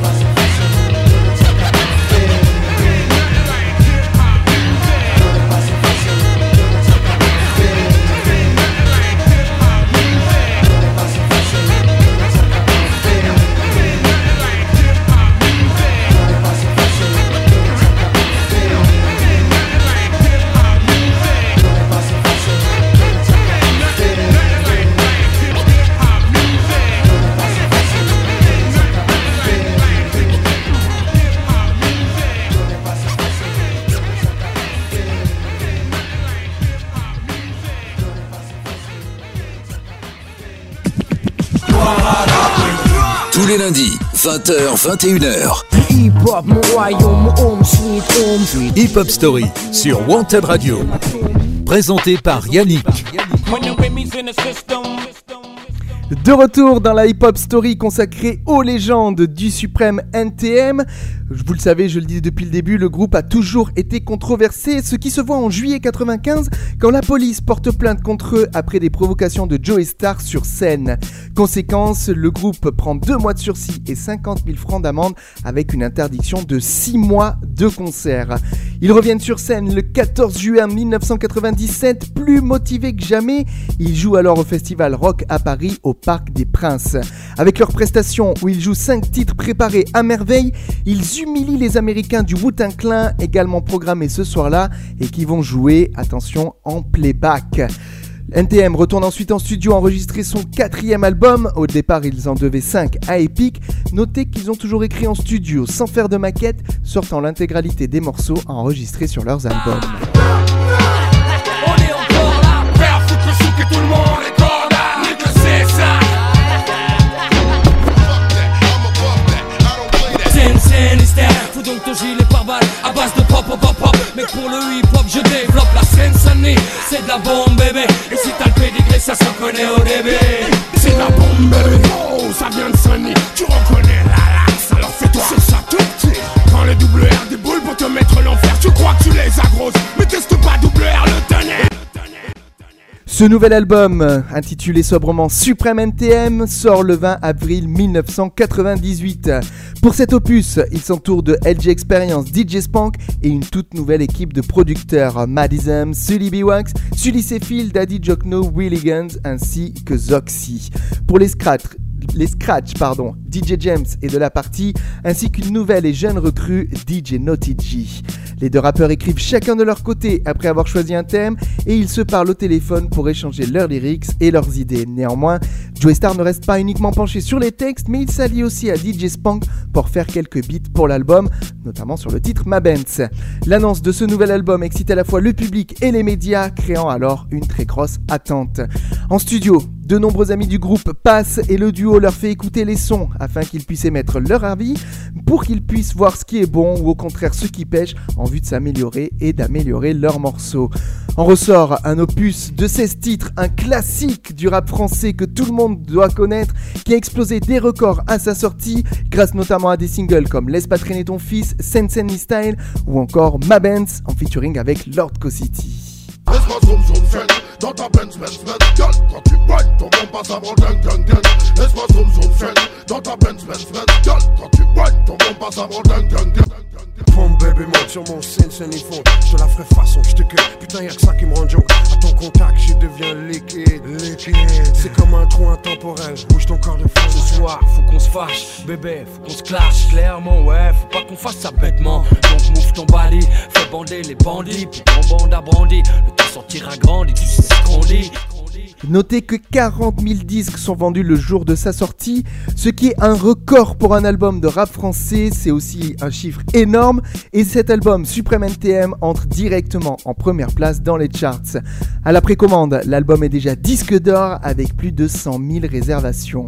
Tous les lundis, vingt heures vingt et une heures. Hip-hop, mon royaume, mon home, sweet home. Hip-Hop Story sur Wanted Radio. Présenté par Yannick. De retour dans la hip-hop story consacrée aux légendes du suprême N T M. Vous le savez, je le dis depuis le début, le groupe a toujours été controversé, ce qui se voit en juillet quatre-vingt-quinze quand la police porte plainte contre eux après des provocations de Joey Starr sur scène. Conséquence, le groupe prend deux mois de sursis et cinquante mille francs d'amende avec une interdiction de six mois de concert. Ils reviennent sur scène le quatorze juin mille neuf cent quatre-vingt-dix-sept, plus motivés que jamais. Ils jouent alors au festival Rock à Paris au Parc des Princes. Avec leur prestation où ils jouent cinq titres préparés à merveille, ils humilient les Américains du Wu-Tang Clan, également programmés ce soir-là et qui vont jouer, attention, en playback. N T M retourne ensuite en studio enregistrer son quatrième album. Au départ, ils en devaient cinq à Epic. Notez qu'ils ont toujours écrit en studio sans faire de maquette, sortant l'intégralité des morceaux enregistrés sur leurs albums. On est encore là, faire foutre le souk et tout le monde est corda, nique le c'est ça. Scène, scène, hystère, faut donc ton gilet pare-balles à base de pop, pop, pop, pop. Mais pour le hip-hop, je développe la scène sonnée. C'est de la bombe, bébé. Et si t'as le pédigré, ça se reconnaît au début. C'est de la bombe, bébé. Oh, ça vient de Sony. Tu reconnais la laxe, alors fais-toi. C'est ça tout petit. Prends le double R des boules pour te mettre l'enfer. Tu crois que tu les as grosses, mais teste pas double R le tonnerre. Ce nouvel album, intitulé sobrement Supreme N T M, sort le vingt avril mille neuf cent quatre-vingt-dix-huit. Pour cet opus, il s'entoure de L G Experience, D J Spank et une toute nouvelle équipe de producteurs, Madism, Sully B. Wax, Sully Sefield, Daddy Jokno, Willie Guns ainsi que Zoxy. Pour les scratchs, les scratchs pardon, D J James est de la partie, ainsi qu'une nouvelle et jeune recrue, D J Naughty G. Les deux rappeurs écrivent chacun de leur côté après avoir choisi un thème et ils se parlent au téléphone pour échanger leurs lyrics et leurs idées. Néanmoins, Joey Starr ne reste pas uniquement penché sur les textes, mais il s'allie aussi à D J Spank pour faire quelques beats pour l'album, notamment sur le titre Ma Benz. L'annonce de ce nouvel album excite à la fois le public et les médias, créant alors une très grosse attente. En studio, de nombreux amis du groupe passent et le duo leur fait écouter les sons afin qu'ils puissent émettre leur avis, pour qu'ils puissent voir ce qui est bon ou au contraire ce qui pêche en vue de s'améliorer et d'améliorer leurs morceaux. En ressort un opus de seize titres, un classique du rap français que tout le monde doit connaître, qui a explosé des records à sa sortie, grâce notamment à des singles comme Laisse pas traîner ton fils, Sense and Style ou encore Ma Benz en featuring avec Lord City. Laisse-moi zoom zoom fen dans ta Benz Benz Benz gueule. Quand tu ride ton bon passe avant gang gang gang. Laisse-moi zoom zoom fen dans ta Benz Benz Benz gueule. Quand tu ride ton bon passe avant gang gang gang. Pomme bébé monte sur mon scène scène il faut. Je la ferai façon, je te cueille. Putain y'a que ça qui me rend joke. À ton contact je deviens liquide. Liquide. C'est comme un trou intemporel. Bouge ton corps de feu. Ce soir faut qu'on se fâche, bébé, faut qu'on se clash. Clairement ouais, faut pas qu'on fasse ça bêtement. Donc move ton body, fais bander les bandits. Puis ton bande a brandi, le temps sortira grandi, tu sais ce qu'on dit. Notez que quarante mille disques sont vendus le jour de sa sortie, ce qui est un record pour un album de rap français, c'est aussi un chiffre énorme, et cet album Supreme N T M entre directement en première place dans les charts. À la précommande, l'album est déjà disque d'or avec plus de cent mille réservations.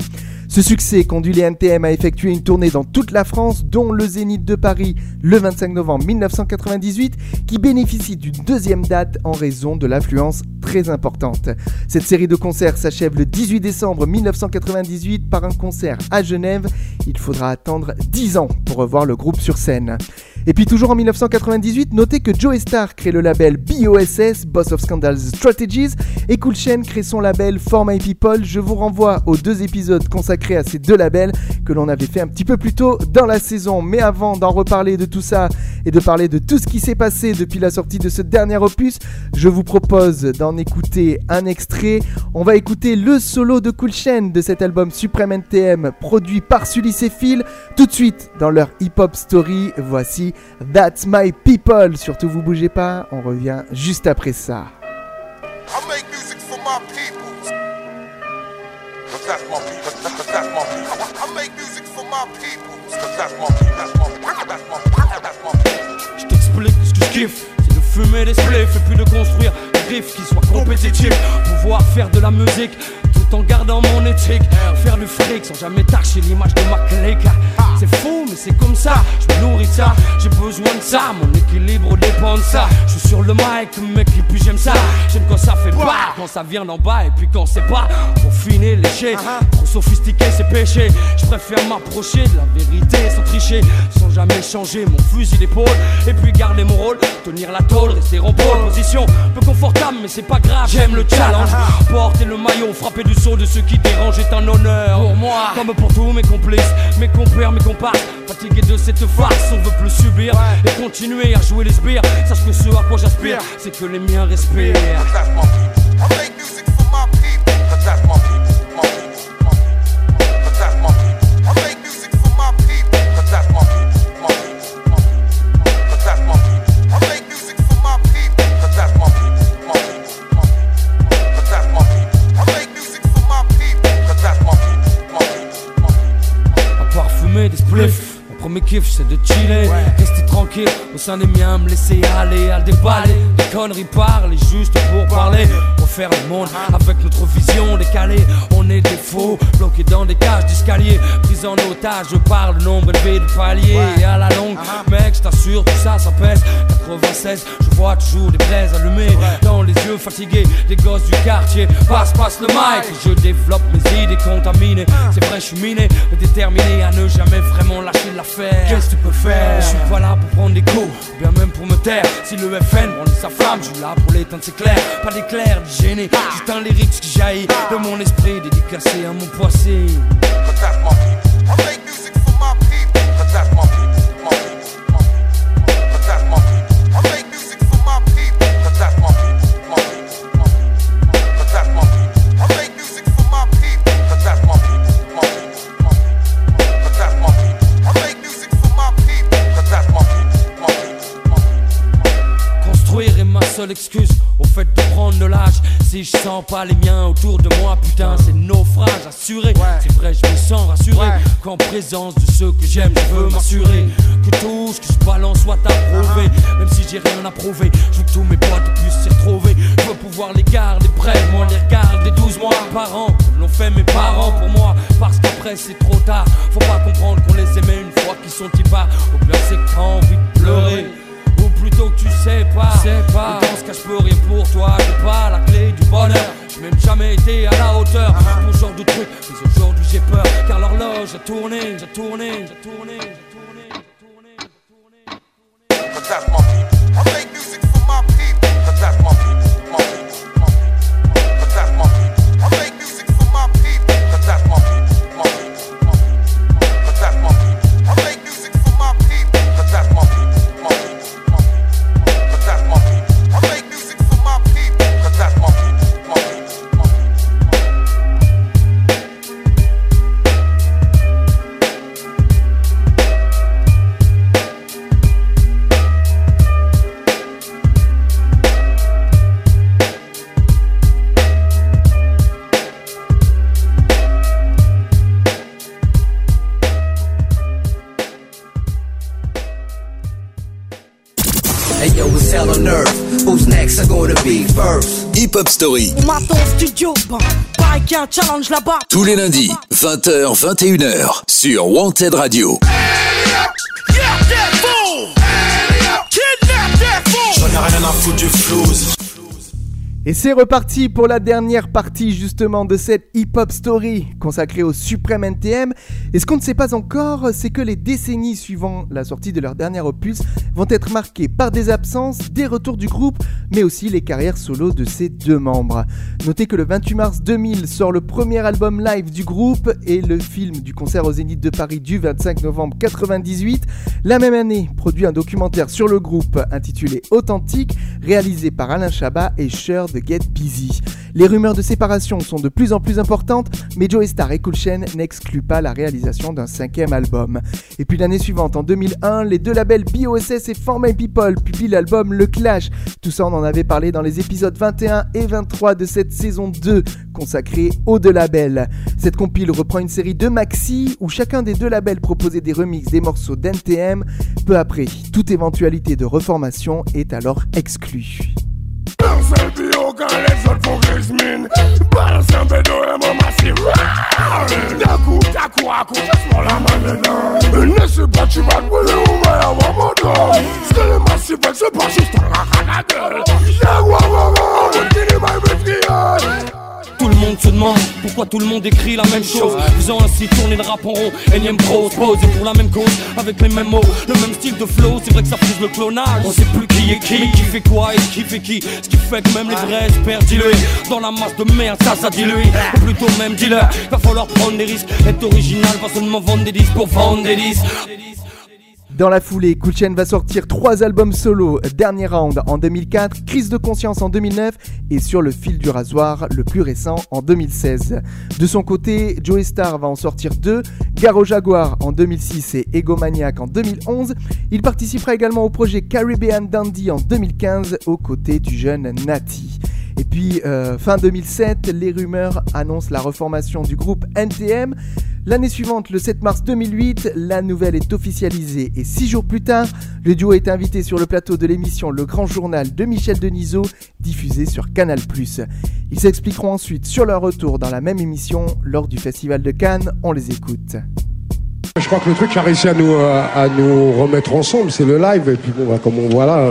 Ce succès conduit les N T M à effectuer une tournée dans toute la France, dont le Zénith de Paris le vingt-cinq novembre mille neuf cent quatre-vingt-dix-huit, qui bénéficie d'une deuxième date en raison de l'affluence très importante. Cette série de concerts s'achève le dix-huit décembre mille neuf cent quatre-vingt-dix-huit par un concert à Genève. Il faudra attendre dix ans pour revoir le groupe sur scène. Et puis toujours en mille neuf cent quatre-vingt-dix-huit, notez que Joey Starr crée le label B O S S, Boss of Scandals Strategies, et Cool Chain crée son label For My People. Je vous renvoie aux deux épisodes consacrés à ces deux labels que l'on avait fait un petit peu plus tôt dans la saison. Mais avant d'en reparler de tout ça et de parler de tout ce qui s'est passé depuis la sortie de ce dernier opus, je vous propose d'en écouter un extrait. On va écouter le solo de Cool Chain de cet album Supreme N T M produit par Sully et Phil. Tout de suite dans leur hip-hop story, voici That's My People. Surtout vous bougez pas, on revient juste après ça. I make music for my people. But that's my people. That's, that's my people. I make music for my people. But that's my people. That's my people. That's my people. That's my people. Je t'explique ce que je kiffe, c'est de fumer des spliffs et puis de construire des riffs qui soient compétitifs. Pouvoir faire de la musique tout en gardant mon éthique. Faire du fric sans jamais tâcher l'image de ma clique. C'est fou mais c'est comme ça, je me nourris de ça. J'ai besoin de ça, mon équilibre dépend de ça. Je suis sur le mic mec et puis j'aime ça. J'aime quand ça fait pas, quand ça vient d'en bas. Et puis quand c'est pas, pour finir léger. Trop sophistiqué c'est péché. Je préfère m'approcher de la vérité sans tricher, sans jamais changer mon fusil d'épaule. Et puis garder mon rôle, tenir la tôle, rester en pole position. Peu confortable mais c'est pas grave, j'aime le challenge. Porter le maillot, frapper du saut de ceux qui dérangent est un honneur pour moi, comme pour tous mes complices, mes compères, mes comparses. Fatigué de cette farce, on veut plus subir et continuer à jouer les sbires. Sache que ce à quoi j'aspire, c'est que les miens respirent. Mes kiffs c'est de chiller, ouais. Rester tranquille au sein des miens, me laisser aller à déballer. Des conneries parler juste pour parler. Refaire le monde avec notre vision décalée. On est des faux, bloqués dans des cages d'escalier. Pris en otage par le nombre élevé de paliers, ouais. Et à la longue, uh-huh. Mec je t'assure tout ça ça pèse. quatre-vingt-seize, je vois toujours des braises allumées, ouais. Dans les yeux fatigués des gosses du quartier. Passe, passe le mic, je développe mes idées contaminées. C'est vrai je suis miné, mais déterminé à ne jamais vraiment lâcher l'affaire. Qu'est-ce que tu peux faire? Je suis pas là pour prendre des coups, bien même pour me taire. Si le F N brandit sa flamme, je suis là pour l'éteindre, c'est clair. Pas d'éclair, de gêner, juste un lyrics qui jaillit de mon esprit dédicacé à mon passé. Seule excuse au fait de prendre de l'âge. Si je sens pas les miens autour de moi, putain c'est naufrage assuré, ouais. C'est vrai je me sens rassuré, ouais. Qu'en présence de ceux que j'aime je veux m'assurer que tout ce que je balance soit approuvé, uh-huh. Même si j'ai rien à prouver, je veux que tous mes potes puissent s'y retrouver. Je veux pouvoir les garder près, moi les regarder douze mois par an, comme l'ont fait mes parents pour moi. Parce qu'après c'est trop tard, faut pas comprendre qu'on les aimait une fois qu'ils sont y pas. Au pire c'est que t'as envie de pleurer, ou plutôt que tu sais pas, sais pas. Et dans ce cas je peux rien pour toi, j'ai pas la clé du bonheur. J'ai même jamais été à la hauteur pour ce genre de truc, mais aujourd'hui j'ai peur. Car l'horloge a tourné, j'ai tourné, j'ai tourné, j'ai tourné, j'ai tourné, j'ai tourné, j'ai tourné. gonna be first. Hip Hop Story. On m'attend au studio, ben, pareil qu'il y a un challenge là-bas. Tous les lundis, vingt heures, vingt et une heures, sur Wanted Radio. J'en ai rien à foutre du flouze. Et c'est reparti pour la dernière partie justement de cette hip-hop story consacrée au Supreme N T M. Et ce qu'on ne sait pas encore, c'est que les décennies suivant la sortie de leur dernier opus vont être marquées par des absences, des retours du groupe, mais aussi les carrières solo de ses deux membres. Notez que le vingt-huit mars deux mille sort le premier album live du groupe et le film du concert au Zénith de Paris du vingt-cinq novembre quatre-vingt-dix-huit. La même année, produit un documentaire sur le groupe intitulé Authentique, réalisé par Alain Chabat et Cher de Get Busy. Les rumeurs de séparation sont de plus en plus importantes, mais Joey Starr et Cool Chain n'excluent pas la réalisation d'un cinquième album. Et puis l'année suivante, en deux mille un, les deux labels B O S S et For My People publient l'album Le Clash. Tout ça, on en avait parlé dans les épisodes vingt et un et vingt-trois de cette saison deux, consacrée aux deux labels. Cette compile reprend une série de maxi où chacun des deux labels proposait des remixes des morceaux d'N T M. Peu après, toute éventualité de reformation est alors exclue. Tout le monde se demande pourquoi tout le monde écrit la même chose, faisant ainsi tourner le rap en rond. Énième prose, pose et pour la même cause, avec les mêmes mots, le même style de flow. C'est vrai que ça frise le clonage, on sait plus qui est qui, mais qui fait quoi et qui fait qui. Ce qui fait que même les vrais espèrent diluer dans la masse de merde, ça ça dilue. Ou plutôt même dealer, va falloir prendre des risques, être original, pas seulement vendre des disques pour vendre des disques. Dans la foulée, Cool Chain va sortir trois albums solo, Dernier Round en deux mille quatre, Crise de conscience en deux mille neuf et Sur le fil du rasoir, le plus récent en deux mille seize. De son côté, Joey Starr va en sortir deux, Gare au Jaguar en deux mille six et Egomaniac en deux mille onze. Il participera également au projet Caribbean Dandy en deux mille quinze aux côtés du jeune Nati. Et puis, euh, fin deux mille sept, les rumeurs annoncent la reformation du groupe N T M. L'année suivante, le sept mars deux mille huit, la nouvelle est officialisée et six jours plus tard, le duo est invité sur le plateau de l'émission Le Grand Journal de Michel Denisot, diffusée sur Canal plus. Ils s'expliqueront ensuite sur leur retour dans la même émission lors du Festival de Cannes. On les écoute. Je crois que le truc qui a réussi à nous, à nous remettre ensemble, c'est le live. Et puis bon, bah, comme on voit là,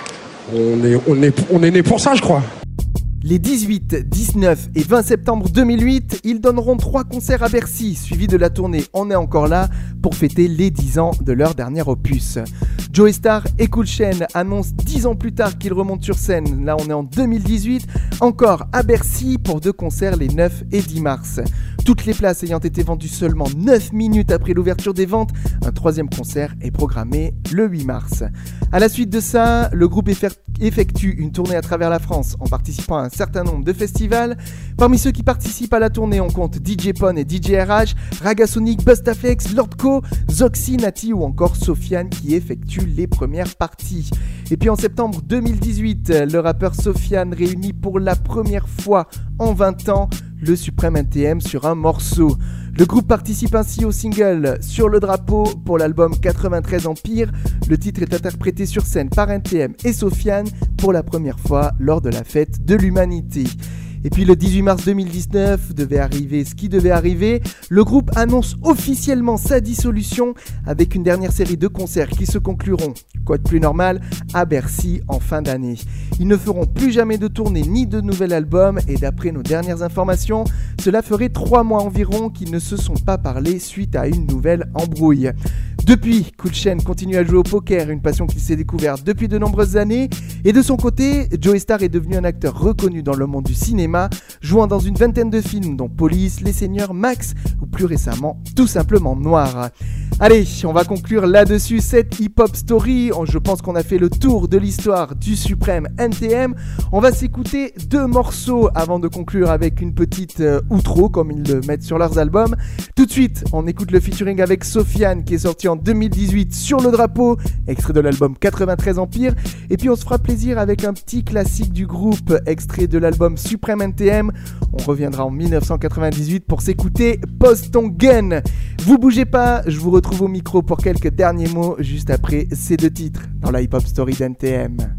on est, on est, on est né pour ça, je crois. Les dix-huit, dix-neuf et vingt septembre deux mille huit, ils donneront trois concerts à Bercy, suivis de la tournée On est encore là, pour fêter les dix ans de leur dernier opus. Joey Starr et Cool Chain annoncent dix ans plus tard qu'ils remontent sur scène, là on est en deux mille dix-huit, encore à Bercy pour deux concerts les neuf et dix mars. Toutes les places ayant été vendues seulement neuf minutes après l'ouverture des ventes, un troisième concert est programmé le huit mars. À la suite de ça, le groupe effectue une tournée à travers la France en participant à un certain nombre de festivals. Parmi ceux qui participent à la tournée, on compte D J Pon et D J R H, Ragasonic, Bustaflex, Lordco, Zoxy, Nati ou encore Sofiane qui effectuent les premières parties. Et puis en septembre deux mille dix-huit, le rappeur Sofiane réunit pour la première fois en vingt ans le Supreme N T M sur un morceau. Le groupe participe ainsi au single Sur le drapeau pour l'album quatre-vingt-treize Empire. Le titre est interprété sur scène par N T M et Sofiane pour la première fois lors de la fête de l'humanité. Et puis le dix-huit mars deux mille dix-neuf devait arriver ce qui devait arriver. Le groupe annonce officiellement sa dissolution avec une dernière série de concerts qui se concluront, quoi de plus normal, à Bercy en fin d'année. Ils ne feront plus jamais de tournée ni de nouvel album et d'après nos dernières informations, cela ferait trois mois environ qu'ils ne se sont pas parlé suite à une nouvelle embrouille. Depuis, Cool Chain continue à jouer au poker, une passion qu'il s'est découverte depuis de nombreuses années. Et de son côté, Joey Starr est devenu un acteur reconnu dans le monde du cinéma, jouant dans une vingtaine de films dont Police, Les Seigneurs, Max ou plus récemment, tout simplement Noir. Allez, on va conclure là-dessus cette hip-hop story. Je pense qu'on a fait le tour de l'histoire du Supreme N T M. On va s'écouter deux morceaux avant de conclure avec une petite euh, outro, comme ils le mettent sur leurs albums. Tout de suite, on écoute le featuring avec Sofiane qui est sorti en deux mille dix-huit Sur le drapeau, extrait de l'album quatre-vingt-treize Empire. Et puis on se fera plaisir avec un petit classique du groupe, extrait de l'album Supreme N T M. On reviendra en dix-neuf cent quatre-vingt-dix-huit pour s'écouter Pose ton gun. Vous bougez pas, je vous retrouve au micro pour quelques derniers mots juste après ces deux titres dans la hip-hop story d'N T M.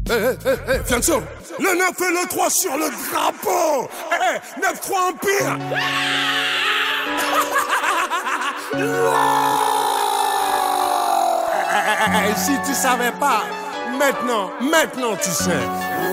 Eh, eh, eh, eh, Fianso, le neuf et le trois sur le drapeau. Eh, eh, neuf trois Empire. Eh, si tu savais pas, maintenant, maintenant tu sais.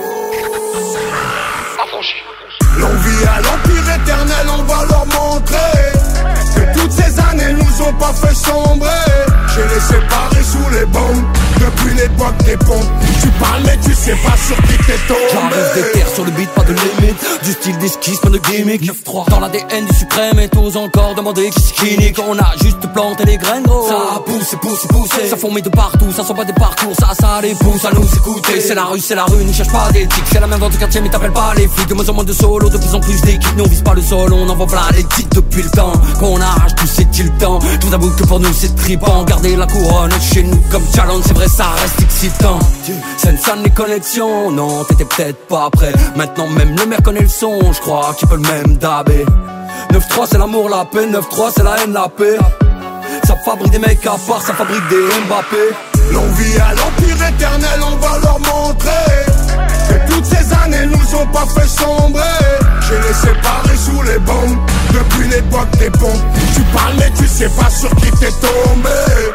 L'on vit à l'empire éternel, on va leur montrer que toutes ces années nous ont pas fait sombrer. J'ai les séparés sous les bombes depuis l'époque des pompes. Tu parles mais tu sais pas sur qui t'es tombé. J'arrive des terres sur le beat, pas de limite. Du style d'esquisse, pas de gimmick. neuf trois dans l'A D N du suprême et t'oses encore demander qui c'est qui nique. On a juste planté les graines gros. Ça a poussé, poussé, poussé. Ça fourmille de partout, ça sent pas des parcours. Ça, ça les pousse à nous écouter. C'est la rue, c'est la rue, ne cherche pas d'éthique. C'est la même dans ton quartier mais t'appelles pas les flics. De moins en moins de solo, de plus en plus d'équipes. Nous on vise pas le sol, on envoie plein les titres depuis le temps qu'on arrache tout c'est-il temps. Tout d'abord que pour nous c'est trippant. Garder la couronne chez nous comme challenge, c'est vrai ça reste excitant. C'est une salle les connexions, non t'étais peut-être pas prêt. Maintenant même le maire connaît le son, je crois qu'il peut le même dabé. neuf trois c'est l'amour, la paix, neuf trois c'est la haine, la paix. Ça fabrique des mecs à part, ça fabrique des Mbappé. L'on vit à l'empire éternel, on va leur montrer que toutes ces années nous ont pas fait sombrer. J'ai les séparés sous les bombes depuis l'époque des pompes. Tu parles mais tu sais pas sur qui t'es tombé.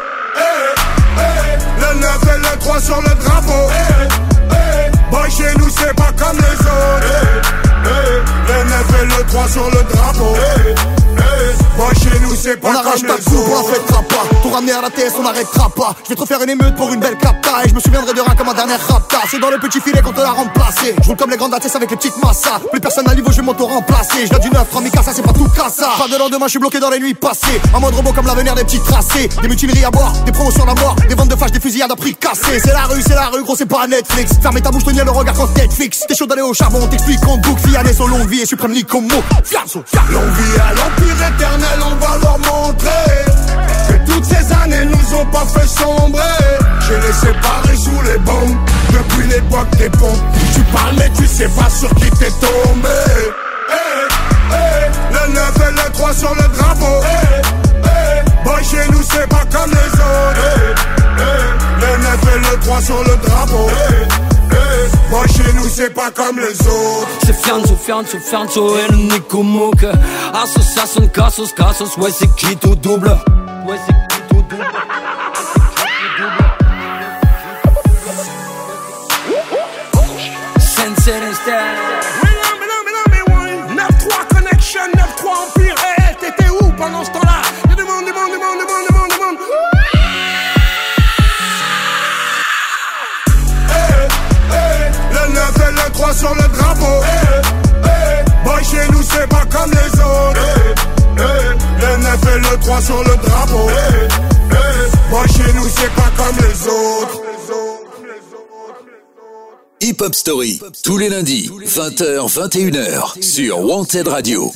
Hey, hey, le neuf et le trois sur le drapeau. Hey, hey, boy chez nous c'est pas comme les autres. Hey, hey, le neuf et le trois sur le drapeau. Hey, hey, boy chez nous c'est pas on comme arrache les ta autres. coupe, on la fêtera pas. Tout ramener à la T S, on n'arrêtera pas. Je vais te refaire une émeute pour une belle capta. Et je me souviendrai de rien comme ma dernière rapta. C'est dans le petit filet qu'on te l'a remplacé. Je roule comme les grandes A T S avec les petites massas. Plus personne à niveau, je vais m'auto-remplacer. Je viens du neuf, trois ça c'est pas tout cassa. Pas de lendemain, je suis bloqué dans les nuits passées. Un mode robot comme l'avenir des petits tracés. Des mutineries à boire, des promos sur la mort. Des ventes de fâches, des fusillades à prix cassé. C'est la rue, c'est la rue, gros, c'est pas Netflix. Fermez ta bouche, tenir le regard quand Netflix. T'es chaud d'aller au charbon, on t'explique qu'on boucle. Fiané, son longue vie et suprême Nicomo. Fianso, L'on vit à l'empire éternel, on va leur montrer que toutes ces années nous ont pas fait sombrer. J'ai les séparés sous les bombes depuis l'époque des pompes. Tu parles mais tu sais pas sur qui t'es tombé. Hey, hey, le neuf et le trois sur le drapeau. Hey, hey, boy chez nous c'est pas comme les autres. Hey, hey, le neuf et le trois sur le drapeau. Hey, hey, boy chez nous c'est pas comme les autres. C'est Fianso, Fianso, Fianso et le Nico Mouk. Association, Cassos, Cassos, ouais c'est qui tout double. Ouais c'est qui tout double. Sensei neuf trois Connection, neuf trois Empire. Eh, hey, t'étais où pendant ce temps-là? Y'a du monde, du monde, du monde, du monde, du monde, du monde. Hey, hey, le neuf et le trois sur le drapeau. Hey, hey, boy chez nous c'est pas comme les autres. Hey, hey, le neuf et le trois sur le drapeau. Hey, hey, boy chez nous c'est pas comme les autres. Hip Hop Story, tous les lundis, vingt heures, vingt et une heures, sur Wanted Radio.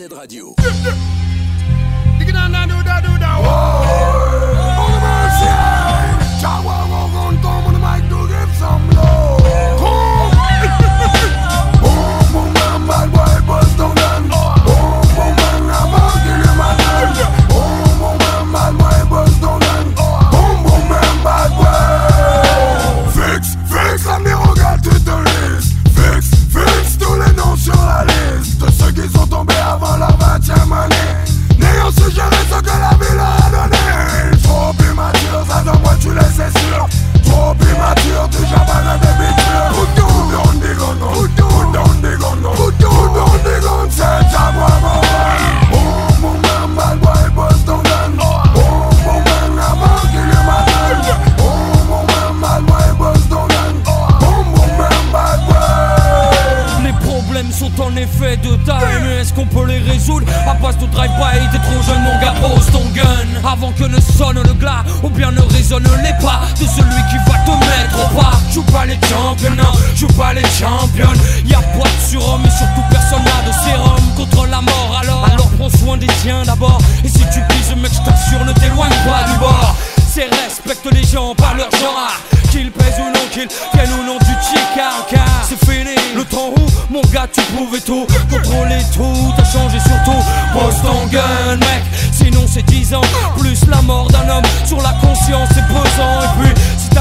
Sur la liste de ceux qui sont tombés avant leur vingtième année, n'ayant suggéré ce que la vie leur a donné. Trop immature, ça de moi tu le sais sûr. Trop immature, déjà pas la débiture. Put down the gun, put down the gun, put down the gun, c'est ta voix mon boy. Boom boom bam bad boy, boss ton gun. Boom boom bam, avant qu'il y ait ma gueule. Boom boom bam bad boy, boss ton gun. Boom boom bam bad boy. Les problèmes sont en effet de taille, mais est-ce qu'on peut les résoudre? À base de drive-by, t'es trop jeune mon gars, pose ton gun avant que ne sonne le glas, ou bien ne résonne les pas de celui qui va te mettre au pas. Joue pas les championnats, joue pas les championnes. Y'a pas de surhomme et surtout personne n'a de sérum contre la mort. Alors, alors prends soin des tiens d'abord. Et si tu pises mec, je t'assure, ne t'éloigne pas du bord. C'est respecte les gens, pas leur genre. Qu'ils pèsent ou non, qu'ils viennent ou non du car car c'est fini. Le temps où, mon gars, tu pouvais tout contrôler tout, t'as changé surtout. Pose ton gun, mec, sinon c'est dix ans plus la mort d'un homme sur la conscience, c'est pesant. Et puis, si t'as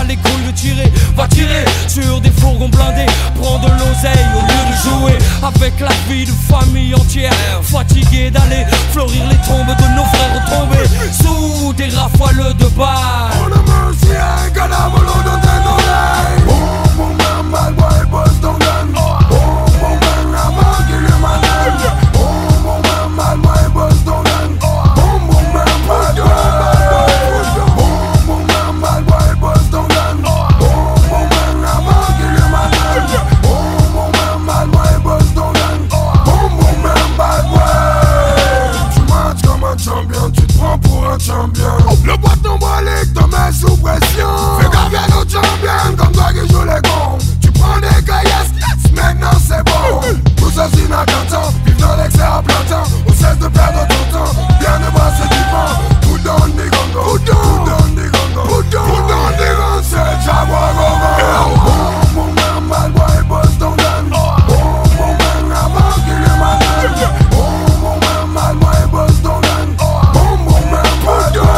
les couilles de tirer. Va tirer sur des fourgons blindés, prends de l'oseille au lieu de jouer avec la vie de famille entière. Fatigué d'aller fleurir les tombes de nos frères tombés sous des rafales de balles. On a mercy, I got a bolo don't take no lie. Boom, boom, bam, bad boy, bust down gun. Boom, boom, bam, I'm gonna kill you, man. Boom, boom, bam, bad boy, bust down gun. Boom, boom, bam, bad boy. Boom, boom, bam, bad boy, bust down gun. Boom, boom, bam, I'm gonna kill you, man. Boom, boom, bam, bad boy, bust down gun. Boom, boom, bam, bad boy. Tu marches comme un champion, tu te prends pour un champion. Le bâton brolique te met sous pression. Fais gaffe à nos champions comme toi qui joue les cons. Tu prends des caillasses, yes, maintenant c'est bon. Tout ça c'est inattentant, vive dans l'excès à plein temps. On cesse de perdre ton temps, bien de voir ce qui prend. Put down the gongo, put down the gongo, put down the gongo. C'est Jaguar Gogo. Boom, boom, bam, bad boy, bust down gun. Boom, boom, bam, I'm gonna kill you, man. Boom, boom, bam, bad boy, bust down gun. Boom, boom, bam, bad boy.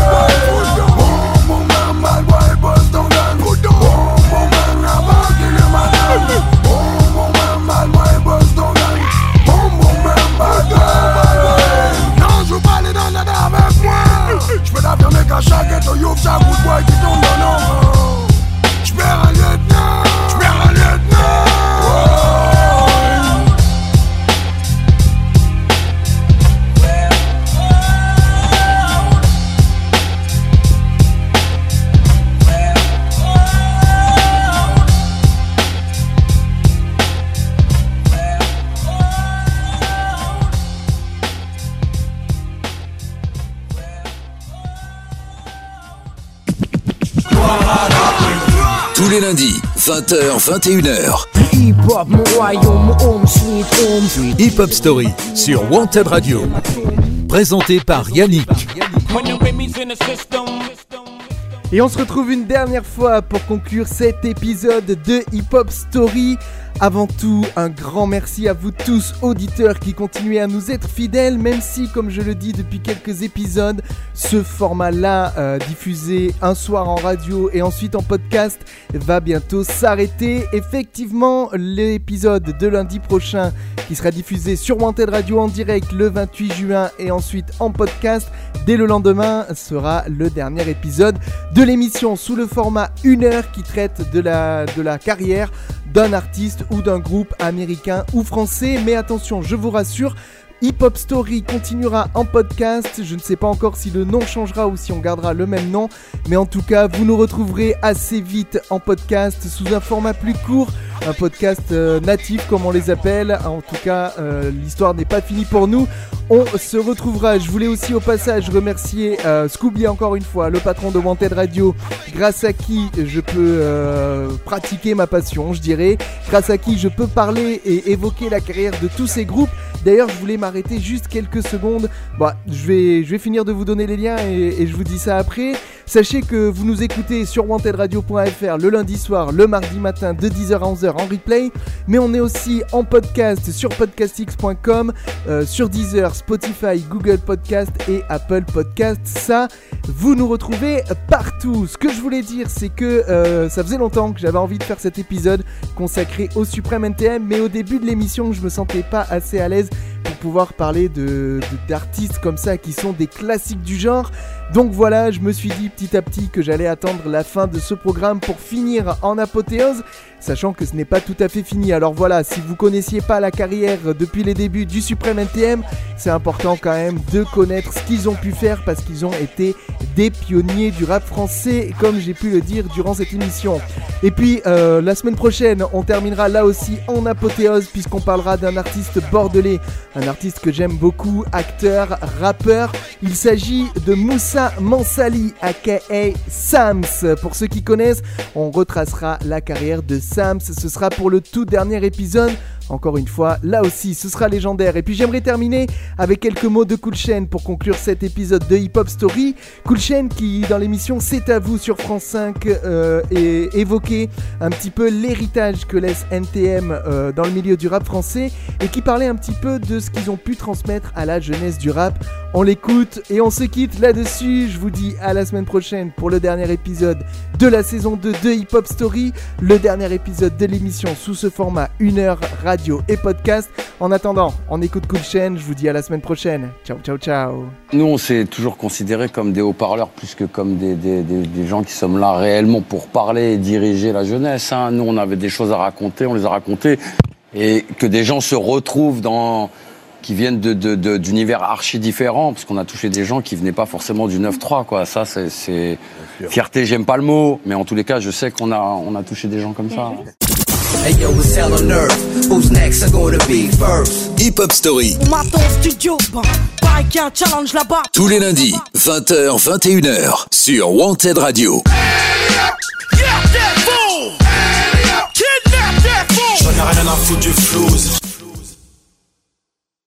J'peux qu'à chaque ghetto, y'ouvre chaque bout de bois qui tombe dans l'ombre. J'perds un lieutenant, j'perds un lieutenant. Tous les lundis, vingt heures vingt et une heures. Hip-hop, mon royaume, mon home, sweet home. Hip Hop Story sur Wanted Radio. Présenté par Yannick. Et on se retrouve une dernière fois pour conclure cet épisode de Hip Hop Story. Avant tout, un grand merci à vous tous, auditeurs, qui continuez à nous être fidèles, même si, comme je le dis depuis quelques épisodes, ce format-là, euh, diffusé un soir en radio et ensuite en podcast, va bientôt s'arrêter. Effectivement, l'épisode de lundi prochain, qui sera diffusé sur Wanted Radio en direct le vingt-huit juin et ensuite en podcast, dès le lendemain, sera le dernier épisode de l'émission sous le format une heure qui traite de la, de la carrière d'un artiste ou d'un groupe américain ou français. Mais attention, je vous rassure, Hip Hop Story continuera en podcast. Je ne sais pas encore si le nom changera ou si on gardera le même nom, mais en tout cas, vous nous retrouverez assez vite en podcast sous un format plus court, un podcast euh, natif comme on les appelle. En tout cas, euh, l'histoire n'est pas finie pour nous. On se retrouvera. Je voulais aussi au passage remercier euh, Scooby encore une fois, le patron de Wanted Radio, grâce à qui je peux euh, pratiquer ma passion, je dirais, grâce à qui je peux parler et évoquer la carrière de tous ces groupes. D'ailleurs, je voulais m'arrêter juste quelques secondes. Bon, je vais, je vais finir de vous donner les liens et, et je vous dis ça après. Sachez que vous nous écoutez sur wanted radio point f r le lundi soir, le mardi matin de dix heures à onze heures en replay. Mais on est aussi en podcast sur podcastx point com, euh, sur Deezer, Spotify, Google Podcast et Apple Podcast. Ça, vous nous retrouvez partout. Ce que je voulais dire, c'est que euh, ça faisait longtemps que j'avais envie de faire cet épisode consacré au Supreme N T M, mais au début de l'émission, je me sentais pas assez à l'aise pour pouvoir parler de, de, d'artistes comme ça qui sont des classiques du genre. Donc voilà, je me suis dit petit à petit que j'allais attendre la fin de ce programme pour finir en apothéose, sachant que ce n'est pas tout à fait fini. Alors voilà, si vous connaissiez pas la carrière depuis les débuts du Supreme N T M, c'est important quand même de connaître ce qu'ils ont pu faire parce qu'ils ont été des pionniers du rap français, comme j'ai pu le dire durant cette émission. Et puis euh, la semaine prochaine, on terminera là aussi en apothéose puisqu'on parlera d'un artiste bordelais, un artiste que j'aime beaucoup, acteur, rappeur. Il s'agit de Moussa Mansali, aka Sams. Pour ceux qui connaissent, on retracera la carrière de Sams. Ce sera pour le tout dernier épisode. Encore une fois, là aussi, ce sera légendaire. Et puis j'aimerais terminer avec quelques mots de Cool Chain pour conclure cet épisode de Hip Hop Story. Cool Chain qui, dans l'émission C'est à vous sur France cinq, euh, et évoquait un petit peu l'héritage que laisse N T M euh, dans le milieu du rap français et qui parlait un petit peu de ce qu'ils ont pu transmettre à la jeunesse du rap. On l'écoute et on se quitte là-dessus. Je vous dis à la semaine prochaine pour le dernier épisode de la saison deux de Hip Hop Story, le dernier épisode de l'émission sous ce format une heure radio et podcast. En attendant, on écoute Cool Chain. Je vous dis à la semaine prochaine. Ciao, ciao, ciao. Nous, on s'est toujours considérés comme des haut-parleurs plus que comme des, des, des, des gens qui sommes là réellement pour parler et diriger la jeunesse. Hein. Nous, on avait des choses à raconter, on les a racontées. Et que des gens se retrouvent dans... qui viennent de, de, de, d'univers archi différents, parce qu'on a touché des gens qui venaient pas forcément du neuf trois, quoi. Ça, c'est, c'est... fierté, j'aime pas le mot, mais en tous les cas, je sais qu'on a, on a touché des gens comme ça. Hey yo, it's hell on earth. Who's next are gonna be first? Hip Hop Story. On m'attend au studio, bah, pareil qu'il y a un challenge là-bas. Tous les lundis, vingt heures, vingt et une heures, sur Wanted Radio. J'en ai rien à foutre du flouze.